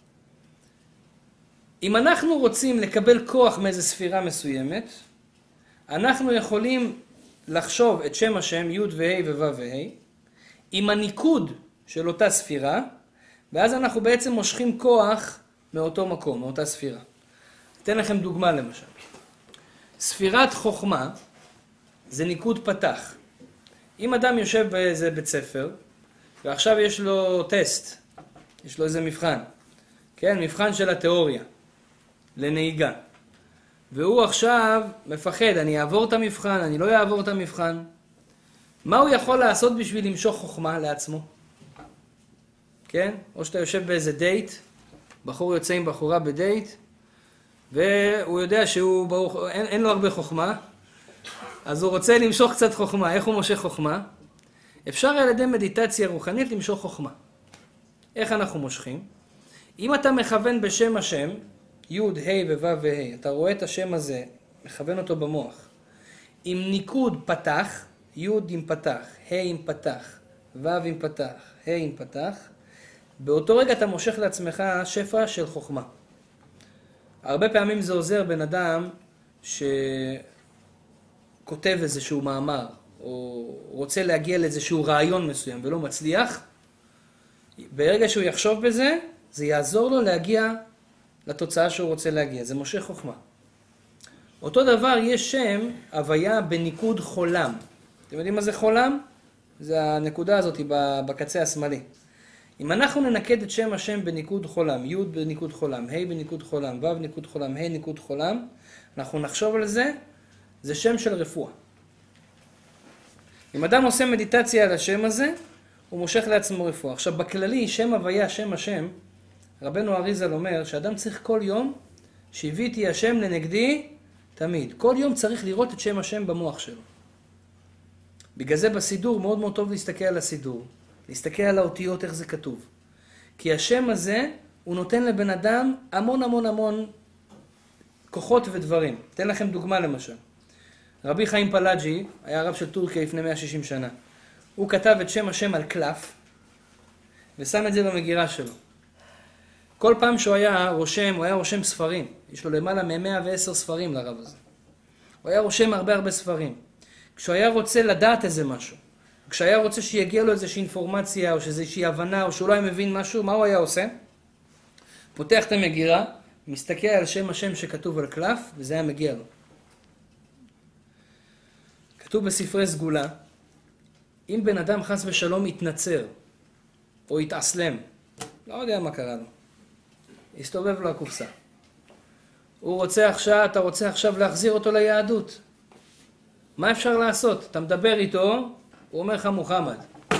אם אנחנו רוצים לקבל כוח מאיזו ספירה מסוימת, אנחנו יכולים לחשוב את שם השם, י' וה' וו' וה', עם הניקוד של אותה ספירה, ואז אנחנו בעצם מושכים כוח מאותו מקום, מאותה ספירה. אתן לכם דוגמה למשל. ספירת חוכמה זה ניקוד פתח. אם אדם יושב באיזה בית ספר, ועכשיו יש לו טסט, יש לו איזה מבחן, כן, מבחן של התיאוריה, לנהיגה. והוא עכשיו מפחד, אני אעבור את המבחן, אני לא אעבור את המבחן. מה הוא יכול לעשות בשביל למשוך חוכמה לעצמו? כן? או שאתה יושב באיזה דייט, בחור יוצא עם בחורה בדייט, והוא יודע שהוא ברוך, אין, אין לו הרבה חוכמה, אז הוא רוצה למשוך קצת חוכמה. איך הוא מושך חוכמה? אפשר על ידי מדיטציה רוחנית למשוך חוכמה. איך אנחנו מושכים? אם אתה מכוון בשם השם, י' ה' וו' וה', אתה רואה את השם הזה, מכוון אותו במוח, עם ניקוד פתח, י' עם פתח, ה' עם פתח, ו' עם פתח, ה' עם פתח, באותו רגע אתה מושך לעצמך שפע של חוכמה. הרבה פעמים זה עוזר בן אדם שכותב איזשהו מאמר, או רוצה להגיע לאיזשהו רעיון מסוים ולא מצליח. ברגע שהוא יחשוב בזה, זה יעזור לו להגיע לתוצאה שהוא רוצה להגיע. זה מושך חוכמה. אותו דבר יש שם הוויה בניקוד חולם. אתם יודעים מה זה חולם? זה הנקודה הזאת בקצה השמאלי. אם אנחנו ננקד את שם השם בניקוד חולם, י' בניקוד חולם, ה' בניקוד חולם, ו' בניקוד חולם, ה' ניקוד חולם, אנחנו נחשוב על זה, זה שם של רפואה. אם אדם עושה מדיטציה על השם הזה, הוא מושך לעצמו רפואה. עכשיו בכללי, שם הוויה, שם השם, רבנו אריז"ל אומר שאדם צריך כל יום שהביאתי השם לנגדי תמיד. כל יום צריך לראות את שם השם במוח שלו. בגלל זה בסידור מאוד מאוד טוב להסתכל על הסידור. להסתכל על האותיות איך זה כתוב. כי השם הזה הוא נותן לבן אדם המון המון המון כוחות ודברים. אתן לכם דוגמה למשל. רבי חיים פלאג'י היה הרב של טורקיה לפני מאה ושישים שנה. הוא כתב את שם השם על קלף ושם את זה במגירה שלו. כל פעם שהוא היה רושם, הוא היה רושם ספרים. יש לו למעלה מ-מאה ועשר ספרים לרב הזה. הוא היה רושם הרבה הרבה ספרים. כשהוא היה רוצה לדעת איזה משהו, כשהיה רוצה שיגיע לו איזושהי אינפורמציה או איזושהי הבנה או שהוא לא היה מבין משהו, מה הוא היה עושה? פותח את המגירה, מסתכל על שם השם שכתוב על קלף וזה היה מגיע לו. כתוב בספרי סגולה, אם בן אדם חס ושלום יתנצר או יתאסלם, לא יודע מה קרה לו, הסתובב לו הקופסה. הוא רוצה עכשיו, אתה רוצה עכשיו להחזיר אותו ליהדות. מה אפשר לעשות? אתה מדבר איתו, הוא אומר לך מוחמד.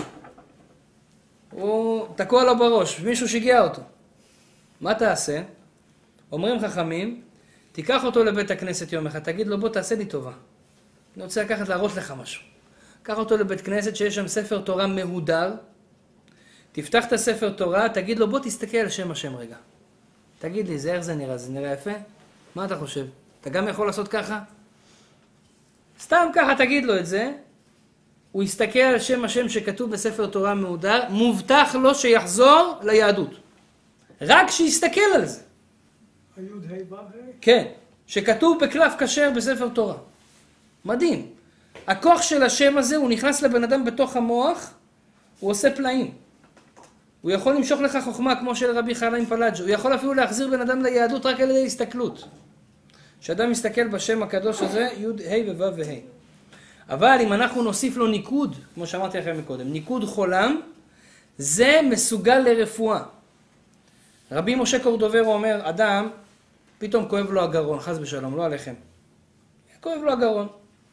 הוא תקוע לו בראש, מישהו שיגע אותו. מה תעשה? אומרים חכמים, תיקח אותו לבית הכנסת יום אחד, תגיד לו בוא תעשה לי טובה. אני רוצה לקחת להראות לך משהו. קח אותו לבית כנסת שיש שם ספר תורה מהודר, תפתח את הספר תורה, תגיד לו בוא תסתכל על שם השם רגע. תגיד לי, זה איך זה נראה? זה נראה יפה? מה אתה חושב? אתה גם יכול לעשות ככה? סתם ככה תגיד לו את זה, הוא יסתכל על שם השם שכתוב בספר תורה מהודר, מובטח לו שיחזור ליהדות. רק שיסתכל על זה. היוד ה' ו' ה'? כן, שכתוב בקלף כשר בספר תורה. מדהים. הכוח של השם הזה, הוא נכנס לבן אדם בתוך המוח, הוא עושה פלאים. הוא יכול למשוך לך חוכמה כמו של רבי חיים פלאג'ו, הוא יכול אפילו להחזיר בן אדם ליהדות רק על ידי הסתכלות. כשאדם מסתכל בשם הקדוש הזה, י' ה' וו' וה'. אבל אם אנחנו נוסיף לו ניקוד, כמו שאמרתי לכם מקודם, ניקוד חולם, זה מסוגל לרפואה. רבי משה קורדוברו אומר, אדם, פתאום כואב לו הגרון, חס בשלום, לא עליכם. כואב לו הגרון.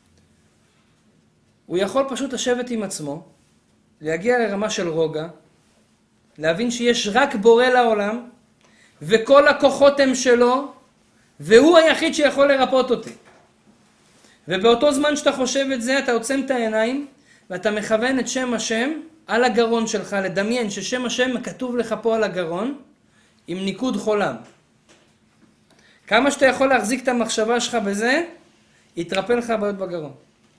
הוא יכול פשוט לשבת עם עצמו, להגיע לרמה של רוגע, להבין שיש רק בורא לעולם, וכל הכוחות הם שלו, והוא היחיד שיכול לרפות אותי. ובאותו זמן שאתה חושב את זה, אתה עוצם את העיניים, ואתה מכוון את שם השם על הגרון שלך, לדמיין ששם השם כתוב לך פה על הגרון, עם ניקוד חולם. כמה שאתה יכול להחזיק את המחשבה שלך בזה, יתרפא לך בעיות בגרון.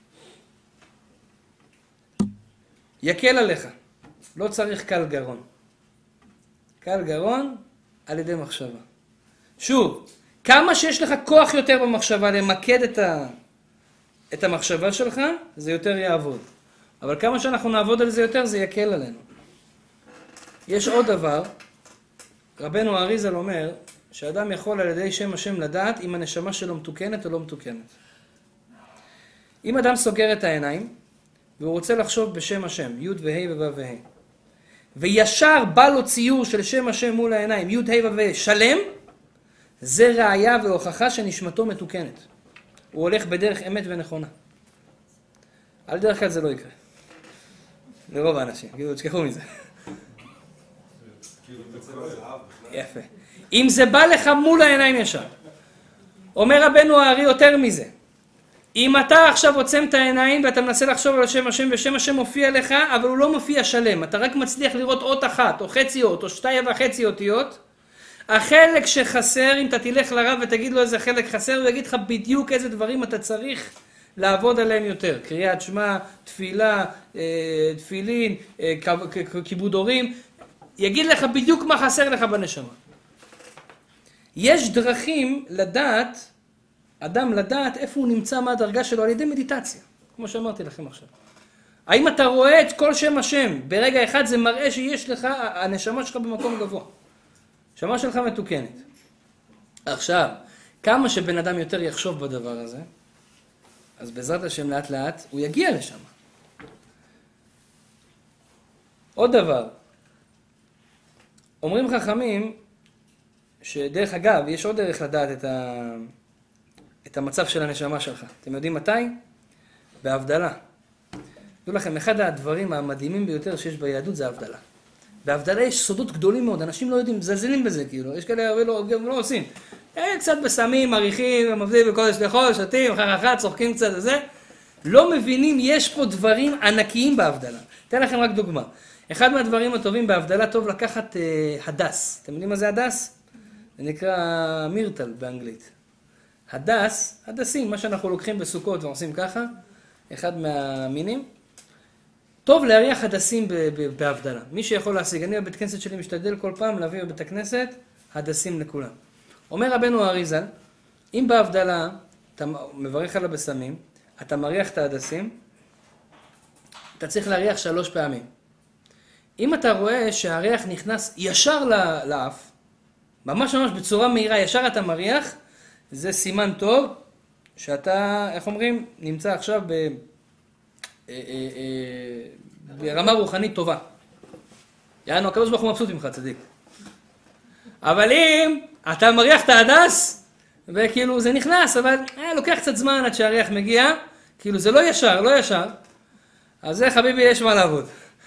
יקל עליך. לא צריך קל גרון. קל גרון על ידי מחשבה. שוב, כמה שיש לך כוח יותר במחשבה למקד את, ה... את המחשבה שלך, זה יותר יעבוד. אבל כמה שאנחנו נעבוד על זה יותר, זה יקל עלינו. יש עוד דבר, רבנו אריזל אומר, שאדם יכול על ידי שם השם לדעת אם הנשמה שלו מתוקנת או לא מתוקנת. אם אדם סוגר את העיניים, והוא רוצה לחשוב בשם השם, י' וה' וו' וה', וישר בא לו ציור של שם השם מול העיניים, י' ה' וו' שלם, זה ראיה והוכחה שנשמתו מתוקנת. הוא הולך בדרך אמת ונכונה. על דרך כלל זה לא יקרה. לרוב האנשים, כאילו, תשכחו מזה. יפה. אם זה בא לך מול העיניים ישר. אומר רבנו הארי יותר מזה. אם אתה עכשיו עוצם את העיניים ואתה מנסה לחשוב על שם השם ושם השם מופיע לך, אבל הוא לא מופיע שלם. אתה רק מצליח לראות אות אחת, או חצי אות, או שתיים וחצי אותיות. החלק שחסר, אם אתה תלך לרב ותגיד לו איזה חלק חסר, הוא יגיד לך בדיוק איזה דברים אתה צריך לעבוד עליהם יותר. קריאת שמע, תפילה, תפילין, כיבוד הורים. יגיד לך בדיוק מה חסר לך בנשמה. יש דרכים לדעת, אדם לדעת איפה הוא נמצא מהדרגה שלו על ידי מדיטציה, כמו שאמרתי לכם עכשיו. האם אתה רואה את כל שם השם ברגע אחד, זה מראה שיש לך, הנשמה שלך במקום גבוה. הנשמה שלך מתוקנת. עכשיו, כמה שבן אדם יותר יחשוב בדבר הזה, אז בעזרת השם לאט לאט הוא יגיע לשם. עוד דבר, אומרים חכמים, שדרך אגב, יש עוד דרך לדעת את, ה... את המצב של הנשמה שלך. אתם יודעים מתי? בהבדלה. תראו לכם, אחד הדברים המדהימים ביותר שיש ביהדות זה ההבדלה. בהבדלה יש סודות גדולים מאוד, אנשים לא יודעים, מזלזלים בזה כאילו, יש כאלה הרבה לא, לא עושים. קצת בסמים, מריחים, מבדילים בקודש לחול, שותים, אחר אחת, צוחקים קצת וזה. לא מבינים, יש פה דברים ענקיים בהבדלה. אתן לכם רק דוגמה. אחד מהדברים הטובים בהבדלה טוב לקחת אה, הדס. אתם יודעים מה זה הדס? זה נקרא מירטל באנגלית. הדס, הדסים, מה שאנחנו לוקחים בסוכות ועושים ככה, אחד מהמינים. טוב להריח הדסים בהבדלה. מי שיכול להשיג, אני בבית כנסת שלי משתדל כל פעם להביא בבית הכנסת הדסים לכולם. אומר רבנו אריזל, אם בהבדלה אתה מברך על הבשמים, אתה מריח את ההדסים, אתה צריך להריח שלוש פעמים. אם אתה רואה שהריח נכנס ישר לאף, ממש ממש בצורה מהירה, ישר אתה מריח, זה סימן טוב שאתה, איך אומרים, נמצא עכשיו ב, אה, אה, ברמה רוחנית טובה. יענו, הקדוש ברוך הוא מבסוט ממך, צדיק. אבל אם אתה מריח את ההדס, וכאילו זה נכנס, אבל אה, לוקח קצת זמן עד שהריח מגיע, כאילו זה לא ישר, לא ישר, אז זה חביבי יש מה לעבוד.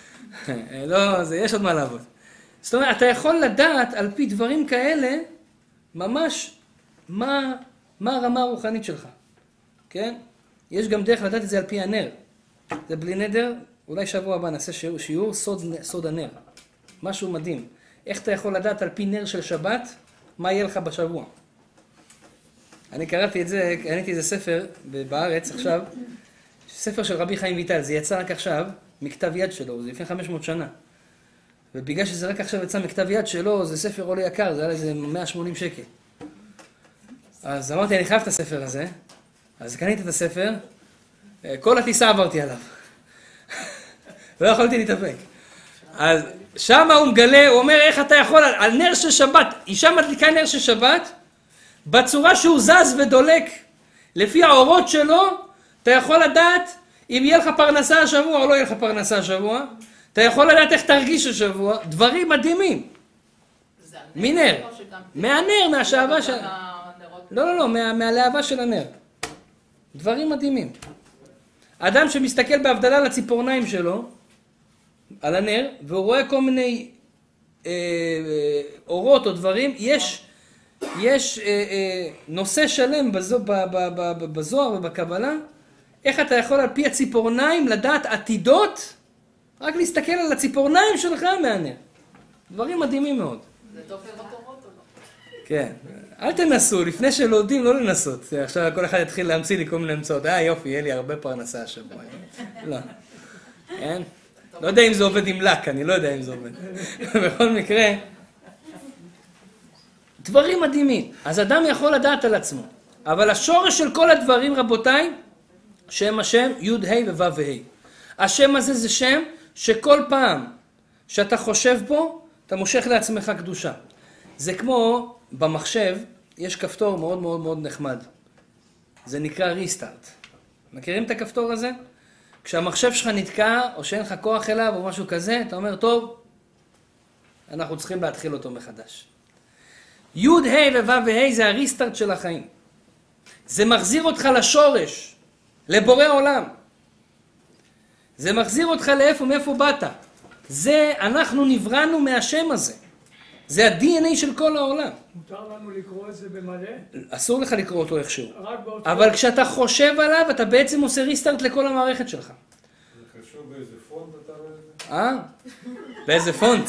לא, זה יש עוד מה לעבוד. זאת אומרת, אתה יכול לדעת על פי דברים כאלה, ממש, מה, מה הרמה הרוחנית שלך. כן? יש גם דרך לדעת את זה על פי הנר. זה בלי נדר, אולי שבוע הבא נעשה שיעור, שיעור סוד, סוד הנר. משהו מדהים. איך אתה יכול לדעת על פי נר של שבת, מה יהיה לך בשבוע. אני קראתי את זה, קראתי איזה ספר בארץ עכשיו, ספר של רבי חיים ויטל, זה יצא רק עכשיו, מכתב יד שלו, זה לפני חמש מאות שנה. ובגלל שזה רק עכשיו יצא מכתב יד שלו, זה ספר עולה יקר, זה היה איזה מאה ושמונים שקל. אז אמרתי, אני חייב את הספר הזה, אז קניתי את הספר, כל הטיסה עברתי עליו. לא יכולתי להתאפק. אז שם הוא מגלה, הוא אומר איך אתה יכול, על נר של שבת, אישה מדליקה נר של שבת, בצורה שהוא זז ודולק, לפי האורות שלו, אתה יכול לדעת אם יהיה לך פרנסה השבוע או לא יהיה לך פרנסה השבוע, אתה יכול לדעת איך תרגיש השבוע, דברים מדהימים. מנר, מהנר, מהשאבה של... לא, לא, לא, מה, מהלהבה של הנר. דברים מדהימים. אדם שמסתכל בהבדלה על הציפורניים שלו, על הנר, והוא רואה כל מיני אה, אה, אורות או דברים, יש, יש אה, אה, נושא שלם בזו, ב, ב, ב, ב, בזוהר ובקבלה, איך אתה יכול על פי הציפורניים לדעת עתידות, רק להסתכל על הציפורניים שלך מהנר. דברים מדהימים מאוד. זה טוב לראות אורות או לא? כן, אל תנסו, לפני שלא יודעים לא לנסות. עכשיו כל אחד יתחיל להמציא לי כל מיני אמצעות. אה יופי, יהיה לי הרבה פרנסה השבוע. לא, אין? לא יודע אם זה עובד עם לק, אני לא יודע אם זה עובד. בכל מקרה, דברים מדהימים. אז אדם יכול לדעת על עצמו. אבל השורש של כל הדברים, רבותיי, שם השם י' ה' וו' וה'. השם הזה זה שם שכל פעם שאתה חושב בו, אתה מושך לעצמך קדושה. זה כמו במחשב, יש כפתור מאוד מאוד מאוד נחמד. זה נקרא ריסטארט. מכירים את הכפתור הזה? כשהמחשב שלך נתקע, או שאין לך כוח אליו, או משהו כזה, אתה אומר, טוב, אנחנו צריכים להתחיל אותו מחדש. י' ה' וו' וה' זה הריסטארט של החיים. זה מחזיר אותך לשורש, לבורא עולם. זה מחזיר אותך לאיפה, מאיפה באת. זה, אנחנו נבראנו מהשם הזה. זה ה-די אן איי של כל העולם. מותר לנו לקרוא את זה במלא? אסור לך לקרוא אותו איכשהו. רק באותו... אבל כשאתה חושב עליו, אתה בעצם עושה ריסטארט לכל המערכת שלך. זה חשוב באיזה פונט אתה רואה את זה? אה? באיזה פונט?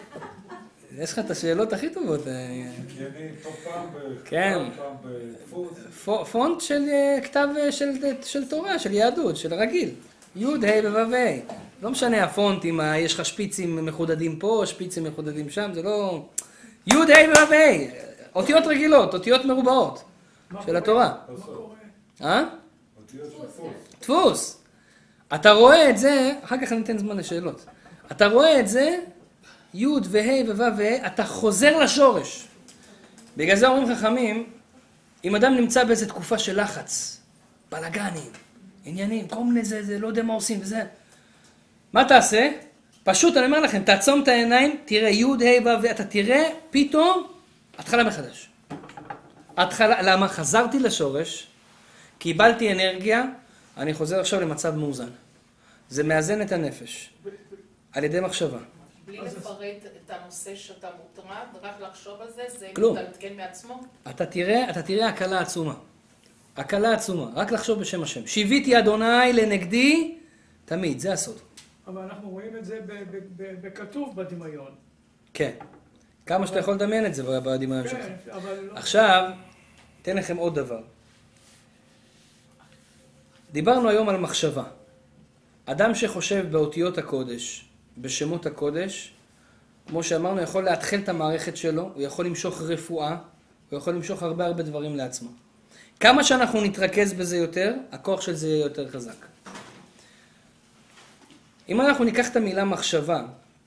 יש לך את השאלות הכי טובות. ענייני, טוב פעם כן. פעם בפונט. פונט של כתב של, של תורה, של יהדות, של רגיל. י' ה' וו' ה'. לא משנה הפונט, אם יש לך שפיצים מחודדים פה, שפיצים מחודדים שם, זה לא... י' ה' וו' ה'. אותיות רגילות, אותיות מרובעות של התורה. מה קורה? אה? אותיות של דפוס. דפוס. אתה רואה את זה, אחר כך אני אתן זמן לשאלות. אתה רואה את זה, י' וה' וו' וה', אתה חוזר לשורש. בגלל זה אומרים חכמים, אם אדם נמצא באיזו תקופה של לחץ, בלגנים, עניינים, כל מיני זה, זה, לא יודע מה עושים וזה. מה תעשה? פשוט אני אומר לכם, תעצום את העיניים, תראה י' ה' ו' ואתה תראה פתאום התחלה מחדש. התחלה, למה? חזרתי לשורש, קיבלתי אנרגיה, אני חוזר עכשיו למצב מאוזן. זה מאזן את הנפש, על ידי מחשבה. בלי לפרט את הנושא שאתה מוטרד, רק לחשוב על זה, זה כלום. מתעדכן מעצמו? אתה תראה, אתה תראה הקלה עצומה. הקלה עצומה, רק לחשוב בשם השם. שיוויתי אדוני לנגדי, תמיד, זה הסוד. אבל אנחנו רואים את זה ב- ב- ב- בכתוב בדמיון. כן. כמה שאתה יכול לדמיין את זה בדמיון שלך. כן, אבל לא... עכשיו, אתן לכם עוד דבר. דיברנו היום על מחשבה. אדם שחושב באותיות הקודש, בשמות הקודש, כמו שאמרנו, יכול להתחיל את המערכת שלו, הוא יכול למשוך רפואה, הוא יכול למשוך הרבה הרבה דברים לעצמו. כמה שאנחנו נתרכז בזה יותר, הכוח של זה יהיה יותר חזק. אם אנחנו ניקח את המילה מחשבה,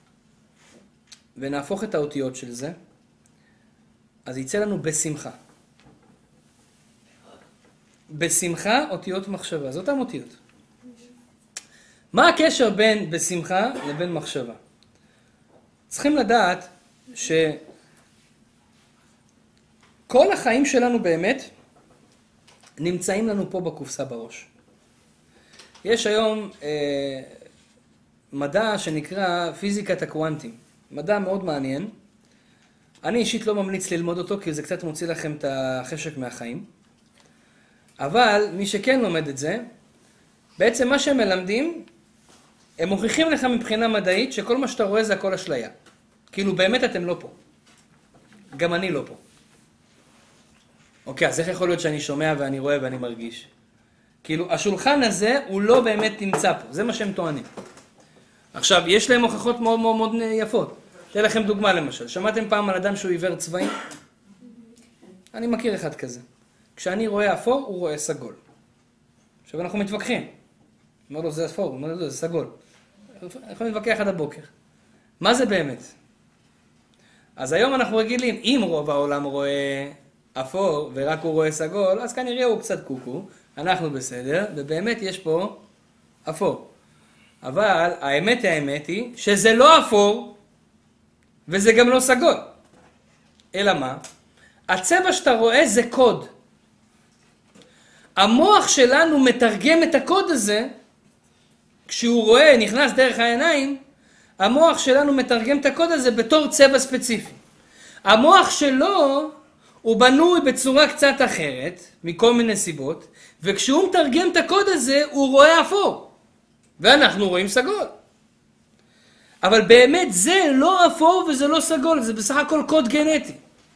ונהפוך את האותיות של זה, אז יצא לנו בשמחה. בשמחה, אותיות מחשבה. זה אותם אותיות. מה הקשר בין בשמחה לבין מחשבה? צריכים לדעת שכל החיים שלנו באמת נמצאים לנו פה בקופסה בראש. יש היום אה, מדע שנקרא פיזיקת הקוונטים. מדע מאוד מעניין. אני אישית לא ממליץ ללמוד אותו כי זה קצת מוציא לכם את החשק מהחיים. אבל מי שכן לומד את זה, בעצם מה שהם מלמדים, הם מוכיחים לך מבחינה מדעית שכל מה שאתה רואה זה הכל אשליה. כאילו באמת אתם לא פה. גם אני לא פה. אוקיי, אז איך יכול להיות שאני שומע ואני רואה ואני מרגיש? כאילו השולחן הזה הוא לא באמת נמצא פה, זה מה שהם טוענים. עכשיו, יש להם הוכחות מאוד מאוד מאוד יפות. אתן לכם דוגמה למשל. שמעתם פעם על אדם שהוא עיוור צבעים? אני מכיר אחד כזה. כשאני רואה אפור, הוא רואה סגול. עכשיו אנחנו מתווכחים. אומר לו, זה אפור, הוא אומר לו, זה סגול. יכולים להתווכח עד הבוקר. מה זה באמת? אז היום אנחנו רגילים, אם רוב העולם רואה אפור ורק הוא רואה סגול, אז כנראה הוא קצת קוקו, אנחנו בסדר, ובאמת יש פה אפור. אבל האמת האמת היא שזה לא אפור וזה גם לא סגול. אלא מה? הצבע שאתה רואה זה קוד. המוח שלנו מתרגם את הקוד הזה, כשהוא רואה, נכנס דרך העיניים, המוח שלנו מתרגם את הקוד הזה בתור צבע ספציפי. המוח שלו הוא בנוי בצורה קצת אחרת, מכל מיני סיבות, וכשהוא מתרגם את הקוד הזה, הוא רואה אפור. ואנחנו רואים סגול. אבל באמת זה לא אפור וזה לא סגול, זה בסך הכל קוד גנטי.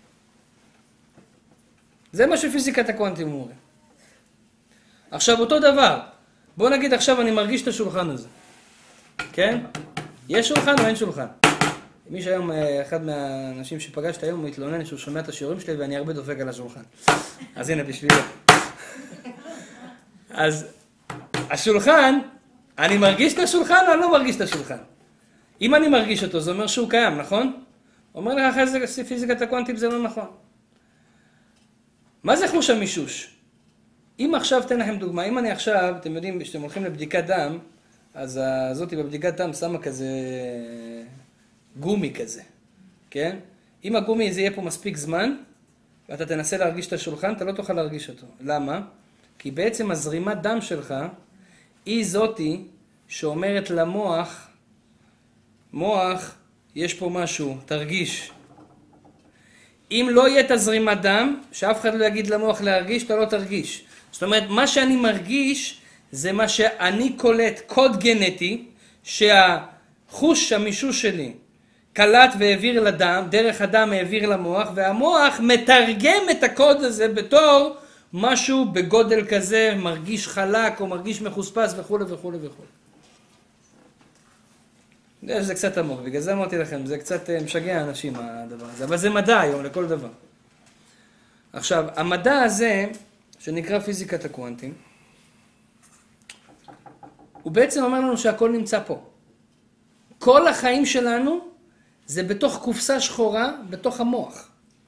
זה מה שפיזיקת הקוונטים אומרת. עכשיו אותו דבר, בוא נגיד עכשיו אני מרגיש את השולחן הזה. כן? יש שולחן או אין שולחן? מי שהיום, אחד מהאנשים שפגשת היום, הוא התלונן שהוא שומע את השיעורים שלי ואני הרבה דופק על השולחן. אז הנה בשבילו. אז השולחן, אני מרגיש את השולחן או אני לא מרגיש את השולחן? אם אני מרגיש אותו, זה אומר שהוא קיים, נכון? אומר לך אחרי זה פיזיקת הקוונטים זה לא נכון. מה זה חוש המישוש? אם עכשיו, תן לכם דוגמה, אם אני עכשיו, אתם יודעים, כשאתם הולכים לבדיקת דם, אז הזאתי בבדיקת דם שמה כזה גומי כזה, כן? אם הגומי זה יהיה פה מספיק זמן, ואתה תנסה להרגיש את השולחן, אתה לא תוכל להרגיש אותו. למה? כי בעצם הזרימת דם שלך, היא זאתי שאומרת למוח, מוח, יש פה משהו, תרגיש. אם לא יהיה את הזרימת דם, שאף אחד לא יגיד למוח להרגיש, אתה לא תרגיש. זאת אומרת, מה שאני מרגיש, זה מה שאני קולט, קוד גנטי, שהחוש המישוש שלי קלט והעביר לדם, דרך הדם העביר למוח, והמוח מתרגם את הקוד הזה בתור משהו בגודל כזה, מרגיש חלק או מרגיש מחוספס וכו' וכו' וכו'. זה קצת עמוק, בגלל זה אמרתי לכם, זה קצת משגע אנשים הדבר הזה, אבל זה מדע היום לכל דבר. עכשיו, המדע הזה, שנקרא פיזיקת הקוונטים, הוא בעצם אומר לנו שהכל נמצא פה. כל החיים שלנו זה בתוך קופסה שחורה, בתוך המוח.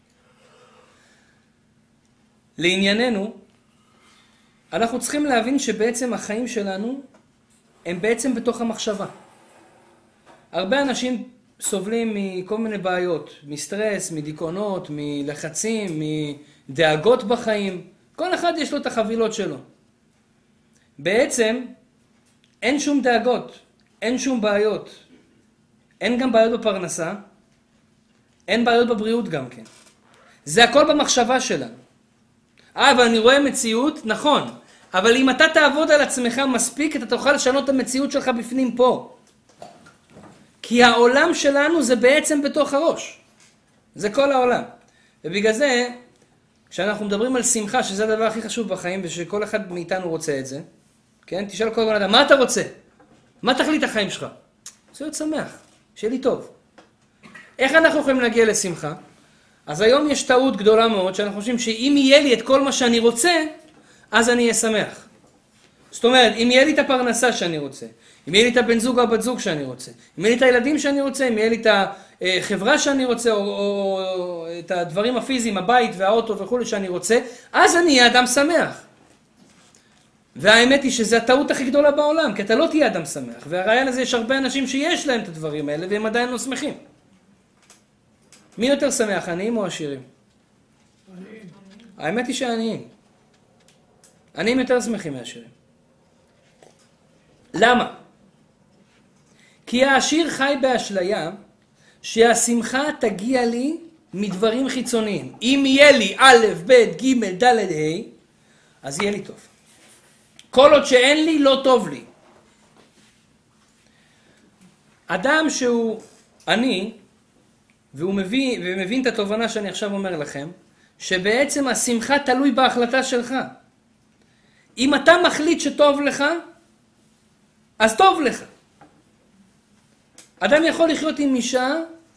לענייננו, אנחנו צריכים להבין שבעצם החיים שלנו הם בעצם בתוך המחשבה. הרבה אנשים סובלים מכל מיני בעיות, מסטרס, מדיכאונות, מלחצים, מדאגות בחיים. כל אחד יש לו את החבילות שלו. בעצם אין שום דאגות, אין שום בעיות. אין גם בעיות בפרנסה, אין בעיות בבריאות גם כן. זה הכל במחשבה שלנו. אה, אבל אני רואה מציאות, נכון. אבל אם אתה תעבוד על עצמך מספיק, אתה תוכל לשנות את המציאות שלך בפנים פה. כי העולם שלנו זה בעצם בתוך הראש. זה כל העולם. ובגלל זה, כשאנחנו מדברים על שמחה, שזה הדבר הכי חשוב בחיים, ושכל אחד מאיתנו רוצה את זה, כן? תשאל כל בן אדם, מה אתה רוצה? מה תכלית החיים שלך? זה להיות שמח, שיהיה לי טוב. איך אנחנו יכולים להגיע לשמחה? אז היום יש טעות גדולה מאוד, שאנחנו חושבים שאם יהיה לי את כל מה שאני רוצה, אז אני אהיה שמח. זאת אומרת, אם יהיה לי את הפרנסה שאני רוצה, אם יהיה לי את הבן זוג או הבת זוג שאני רוצה, אם יהיה לי את הילדים שאני רוצה, אם יהיה לי את החברה שאני רוצה, או, או, או את הדברים הפיזיים, הבית והאוטו וכו' שאני רוצה, אז אני אהיה אדם שמח. והאמת היא שזו הטעות הכי גדולה בעולם, כי אתה לא תהיה אדם שמח. והרעיון הזה יש הרבה אנשים שיש להם את הדברים האלה, והם עדיין לא שמחים. מי יותר שמח, עניים או עשירים? עניים. האמת היא שעניים. עניים יותר שמחים מעשירים. למה? כי העשיר חי באשליה שהשמחה תגיע לי מדברים חיצוניים. אם יהיה לי א', ב', ג', ד', ה', אז יהיה לי טוב. כל עוד שאין לי, לא טוב לי. אדם שהוא עני, והוא מבין, ומבין את התובנה שאני עכשיו אומר לכם, שבעצם השמחה תלוי בהחלטה שלך. אם אתה מחליט שטוב לך, אז טוב לך. אדם יכול לחיות עם אישה,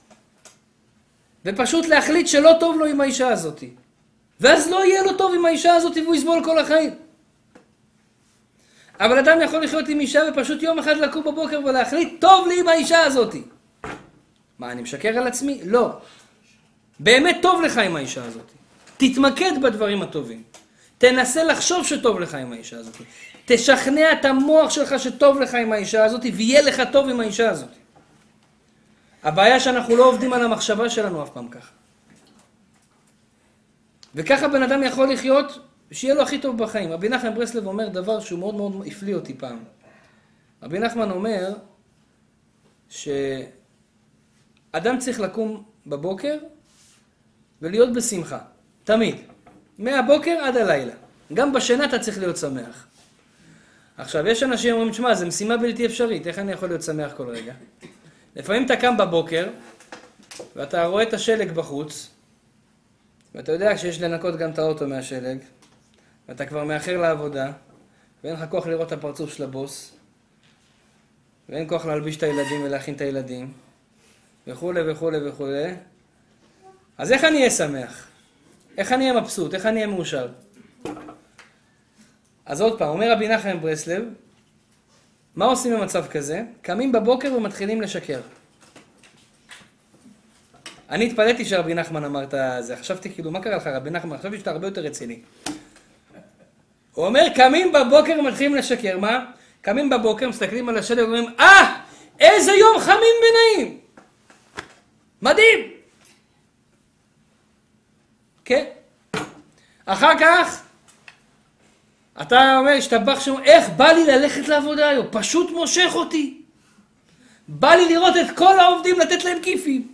ופשוט להחליט שלא טוב לו עם האישה הזאת. ואז לא יהיה לו טוב עם האישה הזאת, והוא יסבול כל החיים. אבל אדם יכול לחיות עם אישה ופשוט יום אחד לקום בבוקר ולהחליט, טוב לי עם האישה הזאת. מה, אני משקר על עצמי? לא. באמת טוב לך עם האישה הזאת. תתמקד בדברים הטובים. תנסה לחשוב שטוב לך עם האישה הזאת. תשכנע את המוח שלך שטוב לך עם האישה הזאת, ויהיה לך טוב עם האישה הזאת. הבעיה שאנחנו לא עובדים על המחשבה שלנו אף פעם ככה. וככה בן אדם יכול לחיות, שיהיה לו הכי טוב בחיים. רבי נחמן ברסלב אומר דבר שהוא מאוד מאוד הפליא אותי פעם. רבי נחמן אומר, שאדם צריך לקום בבוקר, ולהיות בשמחה. תמיד. מהבוקר עד הלילה. גם בשינה אתה צריך להיות שמח. עכשיו, יש אנשים אומרים, תשמע, זה משימה בלתי אפשרית, איך אני יכול להיות שמח כל רגע? לפעמים אתה קם בבוקר, ואתה רואה את השלג בחוץ, ואתה יודע שיש לנקות גם את האוטו מהשלג, ואתה כבר מאחר לעבודה, ואין לך כוח לראות את הפרצוף של הבוס, ואין כוח להלביש את הילדים ולהכין את הילדים, וכו' וכו' וכו'. אז איך אני אהיה שמח? איך אני אהיה מבסוט? איך אני אהיה מאושר? אז עוד פעם, אומר רבי נחמן ברסלב, מה עושים במצב כזה? קמים בבוקר ומתחילים לשקר. אני התפלאתי שרבי נחמן אמר את זה, חשבתי כאילו, מה קרה לך רבי נחמן? חשבתי שאתה הרבה יותר רציני. הוא אומר, קמים בבוקר ומתחילים לשקר, מה? קמים בבוקר, מסתכלים על השלג ואומרים, אה, איזה יום חמים ונעים! מדהים! כן? אחר כך, אתה אומר, השתבח שם, איך בא לי ללכת לעבודה היום? פשוט מושך אותי. בא לי לראות את כל העובדים, לתת להם כיפים.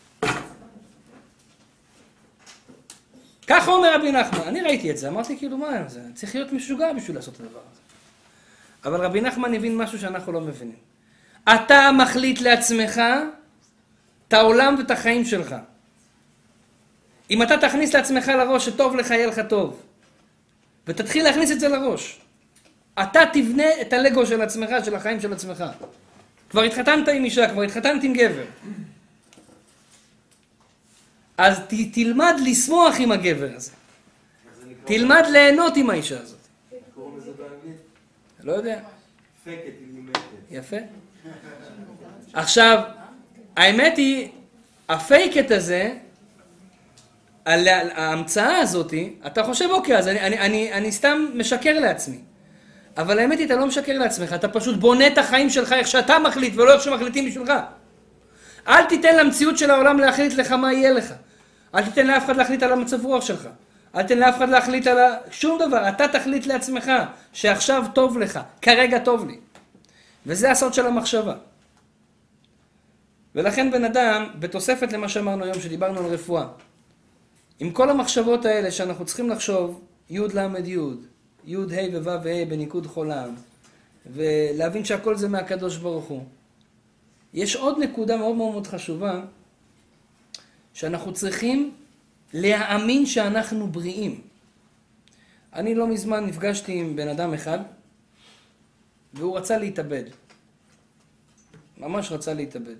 ככה אומר רבי נחמן. אני ראיתי את זה, אמרתי כאילו, מה זה? צריך להיות משוגע בשביל לעשות את הדבר הזה. אבל רבי נחמן הבין משהו שאנחנו לא מבינים. אתה מחליט לעצמך את העולם ואת החיים שלך. אם אתה תכניס לעצמך לראש שטוב לך, יהיה לך טוב. ותתחיל להכניס את זה לראש. אתה תבנה את הלגו של עצמך, של החיים של עצמך. כבר התחתנת עם אישה, כבר התחתנת עם גבר. אז ת, תלמד לשמוח עם הגבר הזה. תלמד ליהנות עם האישה הזאת. קוראים לזה באנגלית? לא יודע. fake it till you make it. יפה. עכשיו, האמת היא, הפייקט הזה, על ההמצאה הזאת, אתה חושב, אוקיי, אז אני, אני, אני, אני סתם משקר לעצמי. אבל האמת היא, אתה לא משקר לעצמך, אתה פשוט בונה את החיים שלך איך שאתה מחליט, ולא איך שמחליטים בשבילך. אל תיתן למציאות של העולם להחליט לך מה יהיה לך. אל תיתן לאף אחד להחליט על המצב רוח שלך. אל תיתן לאף אחד להחליט על ה... שום דבר. אתה תחליט לעצמך שעכשיו טוב לך, כרגע טוב לי. וזה הסוד של המחשבה. ולכן בן אדם, בתוספת למה שאמרנו היום, שדיברנו על רפואה, עם כל המחשבות האלה שאנחנו צריכים לחשוב, י' למד י', י' ה' וו' ה' בניקוד חולם, ולהבין שהכל זה מהקדוש ברוך הוא. יש עוד נקודה מאוד מאוד מאוד חשובה, שאנחנו צריכים להאמין שאנחנו בריאים. אני לא מזמן נפגשתי עם בן אדם אחד, והוא רצה להתאבד. ממש רצה להתאבד.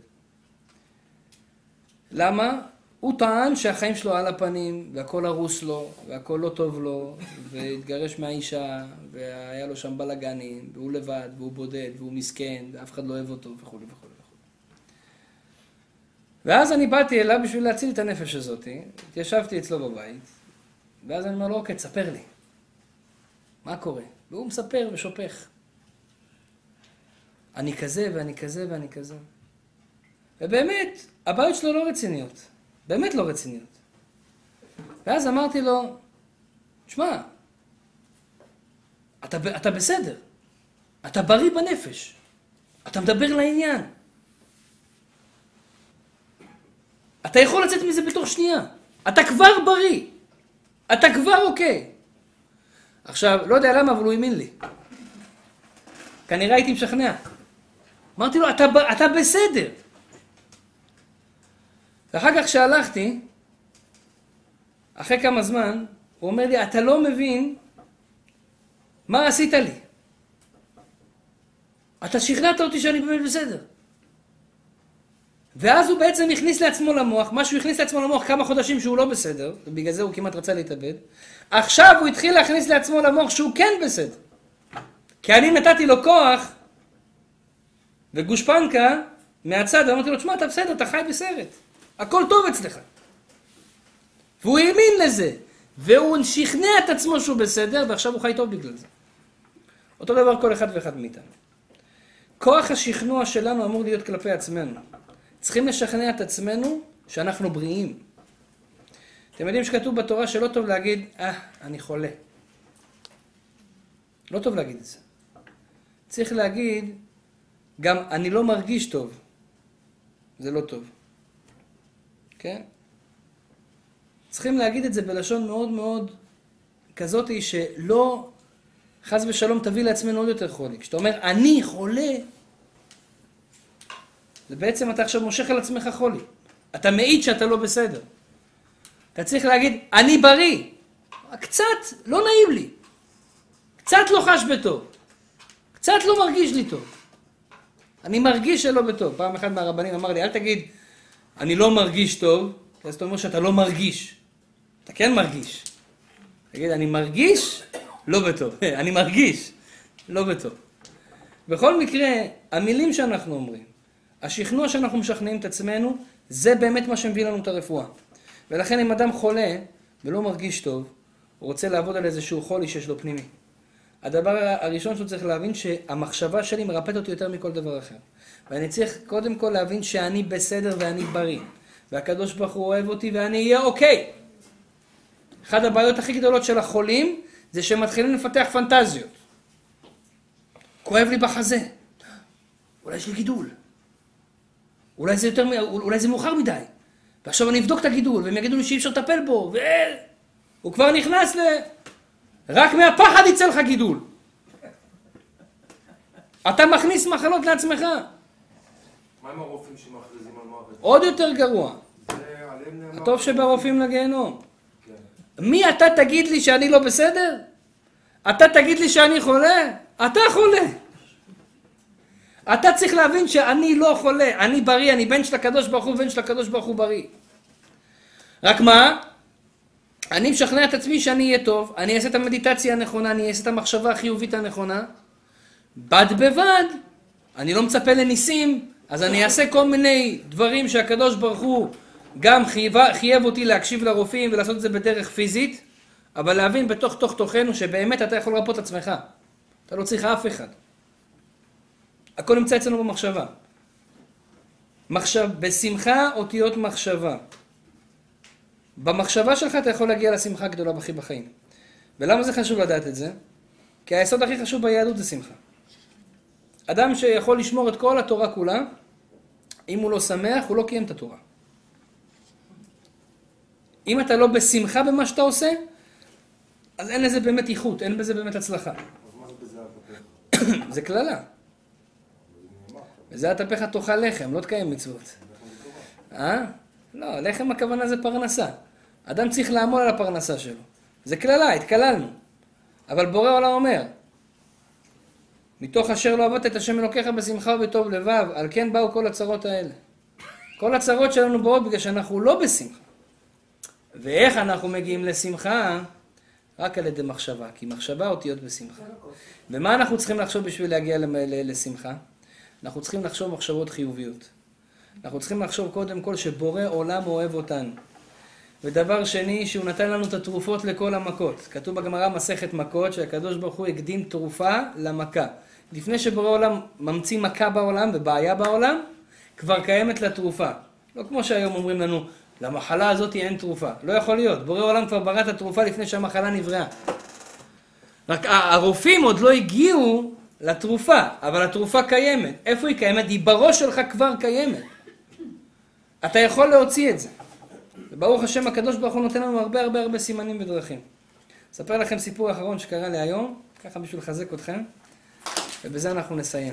למה? הוא טען שהחיים שלו על הפנים, והכל הרוס לו, והכל לא טוב לו, והתגרש מהאישה, והיה לו שם בלגנים, והוא לבד, והוא בודד, והוא מסכן, ואף אחד לא אוהב אותו, וכו' וכו'. ואז אני באתי אליו בשביל להציל את הנפש הזאת, התיישבתי אצלו בבית, ואז אני אומר לו, אוקיי, תספר לי. מה קורה? והוא מספר ושופך. אני כזה ואני כזה ואני כזה. ובאמת, הבעיות שלו לא רציניות. באמת לא רציניות. ואז אמרתי לו, שמע, אתה, אתה בסדר. אתה בריא בנפש. אתה מדבר לעניין. אתה יכול לצאת מזה בתוך שנייה. אתה כבר בריא. אתה כבר אוקיי. עכשיו, לא יודע למה, אבל הוא האמין לי. כנראה הייתי משכנע. אמרתי לו, אתה, אתה בסדר. ואחר כך שהלכתי, אחרי כמה זמן, הוא אומר לי, אתה לא מבין מה עשית לי. אתה שכנעת אותי שאני באמת בסדר. ואז הוא בעצם הכניס לעצמו למוח, מה שהוא הכניס לעצמו למוח כמה חודשים שהוא לא בסדר, ובגלל זה הוא כמעט רצה להתאבד, עכשיו הוא התחיל להכניס לעצמו למוח שהוא כן בסדר. כי אני נתתי לו כוח וגושפנקה מהצד, ואמרתי לו, תשמע, אתה בסדר, אתה חי בסרט. הכל טוב אצלך. והוא האמין לזה. והוא שכנע את עצמו שהוא בסדר, ועכשיו הוא חי טוב בגלל זה. אותו דבר כל אחד ואחד מאיתנו. כוח השכנוע שלנו אמור להיות כלפי עצמנו. צריכים לשכנע את עצמנו שאנחנו בריאים. אתם יודעים שכתוב בתורה שלא טוב להגיד, אה, אני חולה. לא טוב להגיד את זה. צריך להגיד, גם אני לא מרגיש טוב. זה לא טוב. כן? צריכים להגיד את זה בלשון מאוד מאוד כזאת שלא חס ושלום תביא לעצמנו עוד יותר חולי. כשאתה אומר, אני חולה, זה בעצם אתה עכשיו מושך על עצמך חולי. אתה מעיד שאתה לא בסדר. אתה צריך להגיד, אני בריא. קצת לא נעים לי. קצת לא חש בטוב. קצת לא מרגיש לי טוב. אני מרגיש שלא בטוב. פעם אחד מהרבנים אמר לי, אל תגיד, אני לא מרגיש טוב, אז אתה אומר שאתה לא מרגיש. אתה כן מרגיש. תגיד, אני מרגיש לא בטוב. אני מרגיש לא בטוב. בכל מקרה, המילים שאנחנו אומרים, השכנוע שאנחנו משכנעים את עצמנו, זה באמת מה שמביא לנו את הרפואה. ולכן אם אדם חולה ולא מרגיש טוב, הוא רוצה לעבוד על איזשהו חולי שיש לו פנימי. הדבר הראשון שהוא צריך להבין שהמחשבה שלי מרפאת אותי יותר מכל דבר אחר. ואני צריך קודם כל להבין שאני בסדר ואני בריא. והקדוש ברוך הוא אוהב אותי ואני אהיה אוקיי. אחת הבעיות הכי גדולות של החולים זה שהם מתחילים לפתח פנטזיות. כואב לי בחזה. אולי יש לי גידול. אולי זה יותר, אולי זה מאוחר מדי. ועכשיו אני אבדוק את הגידול והם יגידו לי שאי אפשר לטפל בו. והוא כבר נכנס ל... רק מהפחד יצא לך גידול. אתה מכניס מחלות לעצמך. מה עם הרופאים שמכריזים על מוות? עוד יותר גרוע. זה עליהם נאמר. הטוב שברופאים לגיהנום. כן. מי אתה תגיד לי שאני לא בסדר? אתה תגיד לי שאני חולה? אתה חולה. אתה צריך להבין שאני לא חולה. אני בריא, אני בן של הקדוש ברוך הוא, בן של הקדוש ברוך הוא בריא. רק מה? אני משכנע את עצמי שאני אהיה טוב, אני אעשה את המדיטציה הנכונה, אני אעשה את המחשבה החיובית הנכונה. בד בבד, אני לא מצפה לניסים, אז אני אעשה כל מיני דברים שהקדוש ברוך הוא גם חייב, חייב אותי להקשיב לרופאים ולעשות את זה בדרך פיזית, אבל להבין בתוך תוך תוכנו שבאמת אתה יכול לרפות את עצמך. אתה לא צריך אף אחד. הכל נמצא אצלנו במחשבה. מחשב, בשמחה אותיות מחשבה. במחשבה שלך אתה יכול להגיע לשמחה הגדולה הכי בחיים. ולמה זה חשוב לדעת את זה? כי היסוד הכי חשוב ביהדות זה שמחה. אדם שיכול לשמור את כל התורה כולה, אם הוא לא שמח, הוא לא קיים את התורה. אם אתה לא בשמחה במה שאתה עושה, אז אין לזה באמת איכות, אין בזה באמת הצלחה. אז מה זה בזה התפך? זה כללה. וזה התפך תאכל לחם, לא תקיים מצוות. אה? לא, לחם הכוונה זה פרנסה. אדם צריך לעמול על הפרנסה שלו. זה כללה, התכללנו. אבל בורא עולם אומר, מתוך אשר לא עבדת את השם אלוקיך בשמחה ובטוב לבב, על כן באו כל הצרות האלה. כל הצרות שלנו באות בגלל שאנחנו לא בשמחה. ואיך אנחנו מגיעים לשמחה? רק על ידי מחשבה, כי מחשבה אותיות בשמחה. ומה אנחנו צריכים לחשוב בשביל להגיע לשמחה? אנחנו צריכים לחשוב מחשבות חיוביות. אנחנו צריכים לחשוב קודם כל שבורא עולם אוהב אותנו. ודבר שני, שהוא נתן לנו את התרופות לכל המכות. כתוב בגמרא מסכת מכות שהקדוש ברוך הוא הקדים תרופה למכה. לפני שבורא עולם ממציא מכה בעולם ובעיה בעולם, כבר קיימת לה תרופה. לא כמו שהיום אומרים לנו, למחלה הזאת אין תרופה. לא יכול להיות. בורא עולם כבר ברא את התרופה לפני שהמחלה נבראה. רק הרופאים עוד לא הגיעו לתרופה, אבל התרופה קיימת. איפה היא קיימת? היא בראש שלך כבר קיימת. אתה יכול להוציא את זה. וברוך השם הקדוש ברוך הוא נותן לנו הרבה הרבה הרבה סימנים ודרכים. אספר לכם סיפור אחרון שקרה לי היום, ככה בשביל לחזק אתכם, ובזה אנחנו נסיים.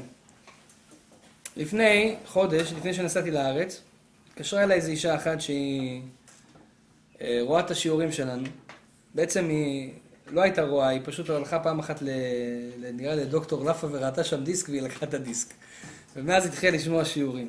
לפני חודש, לפני שנסעתי לארץ, התקשרה אליי איזו אישה אחת שהיא רואה את השיעורים שלנו. בעצם היא לא הייתה רואה, היא פשוט הלכה פעם אחת נראה לדוקטור לפה וראתה שם דיסק והיא לקחה את הדיסק. ומאז התחילה לשמוע שיעורים.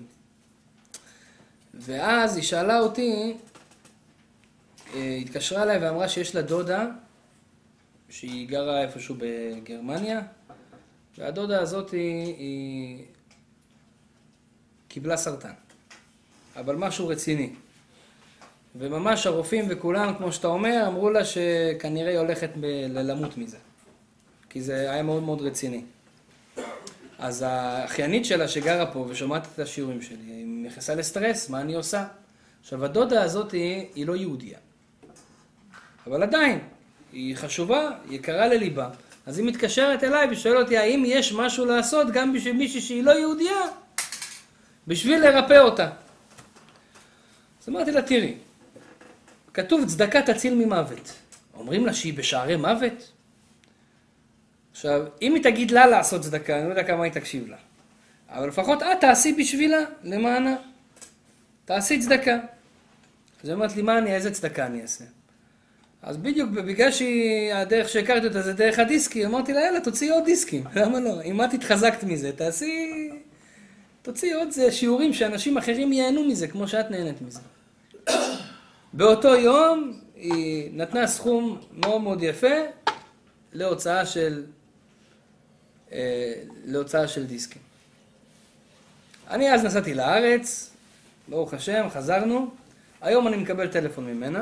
ואז היא שאלה אותי, היא התקשרה אליי ואמרה שיש לה דודה, שהיא גרה איפשהו בגרמניה, והדודה הזאת היא, היא קיבלה סרטן, אבל משהו רציני. וממש הרופאים וכולם, כמו שאתה אומר, אמרו לה שכנראה היא הולכת ב- למות מזה. כי זה היה מאוד מאוד רציני. אז האחיינית שלה שגרה פה ושומעת את השיעורים שלי, היא נכנסה לסטרס, מה אני עושה? עכשיו, הדודה הזאת היא, היא לא יהודיה. אבל עדיין, היא חשובה, היא יקרה לליבה. אז היא מתקשרת אליי ושואלת אותי, האם יש משהו לעשות גם בשביל מישהי שהיא לא יהודיה, בשביל לרפא אותה. אז אמרתי לה, תראי, כתוב צדקה תציל ממוות. אומרים לה שהיא בשערי מוות? עכשיו, אם היא תגיד לה לעשות צדקה, אני לא יודע כמה היא תקשיב לה. אבל לפחות את תעשי בשבילה, למענה. תעשי צדקה. אז היא אומרת לי, מה אני, איזה צדקה אני אעשה? אז בדיוק, בגלל שהדרך שהכרתי אותה זה דרך הדיסקים, אמרתי לה, יאללה, תוציאי עוד דיסקים. למה לא? אם את התחזקת מזה, תעשי... תוציאי עוד שיעורים שאנשים אחרים ייהנו מזה, כמו שאת נהנית מזה. באותו יום היא נתנה סכום מאוד מאוד יפה להוצאה של, אה, להוצאה של דיסקים. אני אז נסעתי לארץ, ברוך השם, חזרנו. היום אני מקבל טלפון ממנה,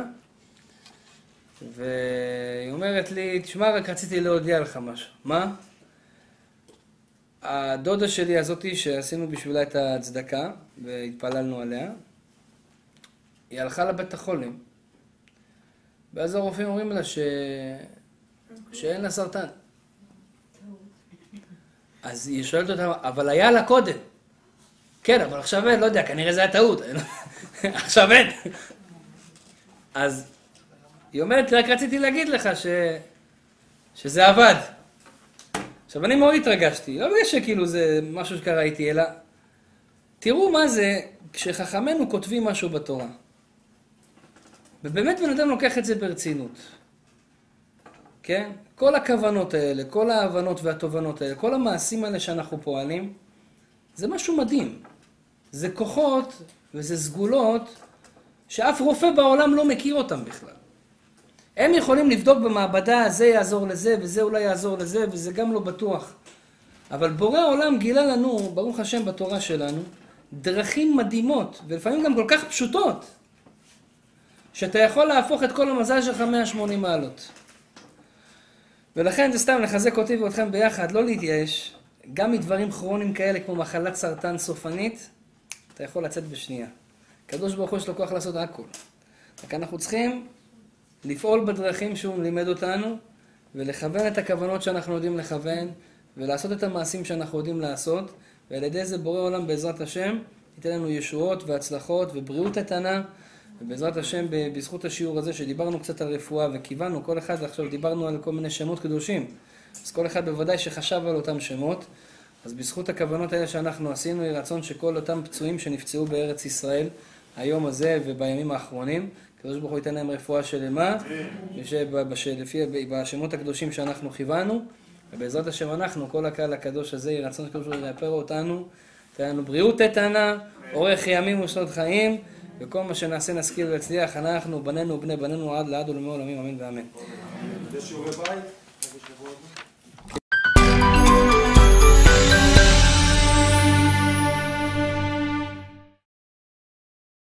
והיא אומרת לי, תשמע, רק רציתי להודיע לך משהו. מה? הדודה שלי הזאתי שעשינו בשבילה את הצדקה והתפללנו עליה, היא הלכה לבית החולים. ואז הרופאים אומרים לה ש... שאין לה סרטן. אז היא שואלת אותה, אבל היה לה קודם. כן, אבל עכשיו אין, לא יודע, כנראה זה היה טעות. עכשיו אין. אז היא אומרת, רק רציתי להגיד לך ש... שזה עבד. עכשיו, אני מאוד התרגשתי. לא בגלל שכאילו זה משהו שקרה איתי, אלא תראו מה זה כשחכמינו כותבים משהו בתורה. ובאמת בן אדם לוקח את זה ברצינות. כן? כל הכוונות האלה, כל ההבנות והתובנות האלה, כל המעשים האלה שאנחנו פועלים, זה משהו מדהים. זה כוחות וזה סגולות שאף רופא בעולם לא מכיר אותם בכלל. הם יכולים לבדוק במעבדה, זה יעזור לזה וזה אולי יעזור לזה וזה גם לא בטוח. אבל בורא העולם גילה לנו, ברוך השם בתורה שלנו, דרכים מדהימות ולפעמים גם כל כך פשוטות, שאתה יכול להפוך את כל המזל שלך מאה ושמונים מעלות. ולכן זה סתם לחזק אותי ואתכם ביחד, לא להתייאש, גם מדברים כרוניים כאלה כמו מחלת סרטן סופנית, אתה יכול לצאת בשנייה. הקדוש ברוך הוא יש לו כוח לעשות הכל. רק אנחנו צריכים לפעול בדרכים שהוא לימד אותנו, ולכוון את הכוונות שאנחנו יודעים לכוון, ולעשות את המעשים שאנחנו יודעים לעשות, ועל ידי זה בורא עולם בעזרת השם, ייתן לנו ישועות והצלחות ובריאות איתנה, ובעזרת השם בזכות השיעור הזה שדיברנו קצת על רפואה וכיוונו, כל אחד עכשיו דיברנו על כל מיני שמות קדושים, אז כל אחד בוודאי שחשב על אותם שמות, אז בזכות הכוונות האלה שאנחנו עשינו, יהיה רצון שכל אותם פצועים שנפצעו בארץ ישראל, היום הזה ובימים האחרונים, הקדוש ברוך הוא ייתן להם רפואה שלמה, לפי בשמות הקדושים שאנחנו כיוונו, ובעזרת השם אנחנו, כל הקהל הקדוש הזה, יהיה רצון שקדוש ברוך הוא יאפר אותנו, תהיה לנו בריאות איתנה, אורך ימים ושנות חיים, וכל מה שנעשה נשכיל והצליח, אנחנו, בנינו ובני בנינו עד לעד ולמי עולמים, אמן ואמן. זה שיעורי בית?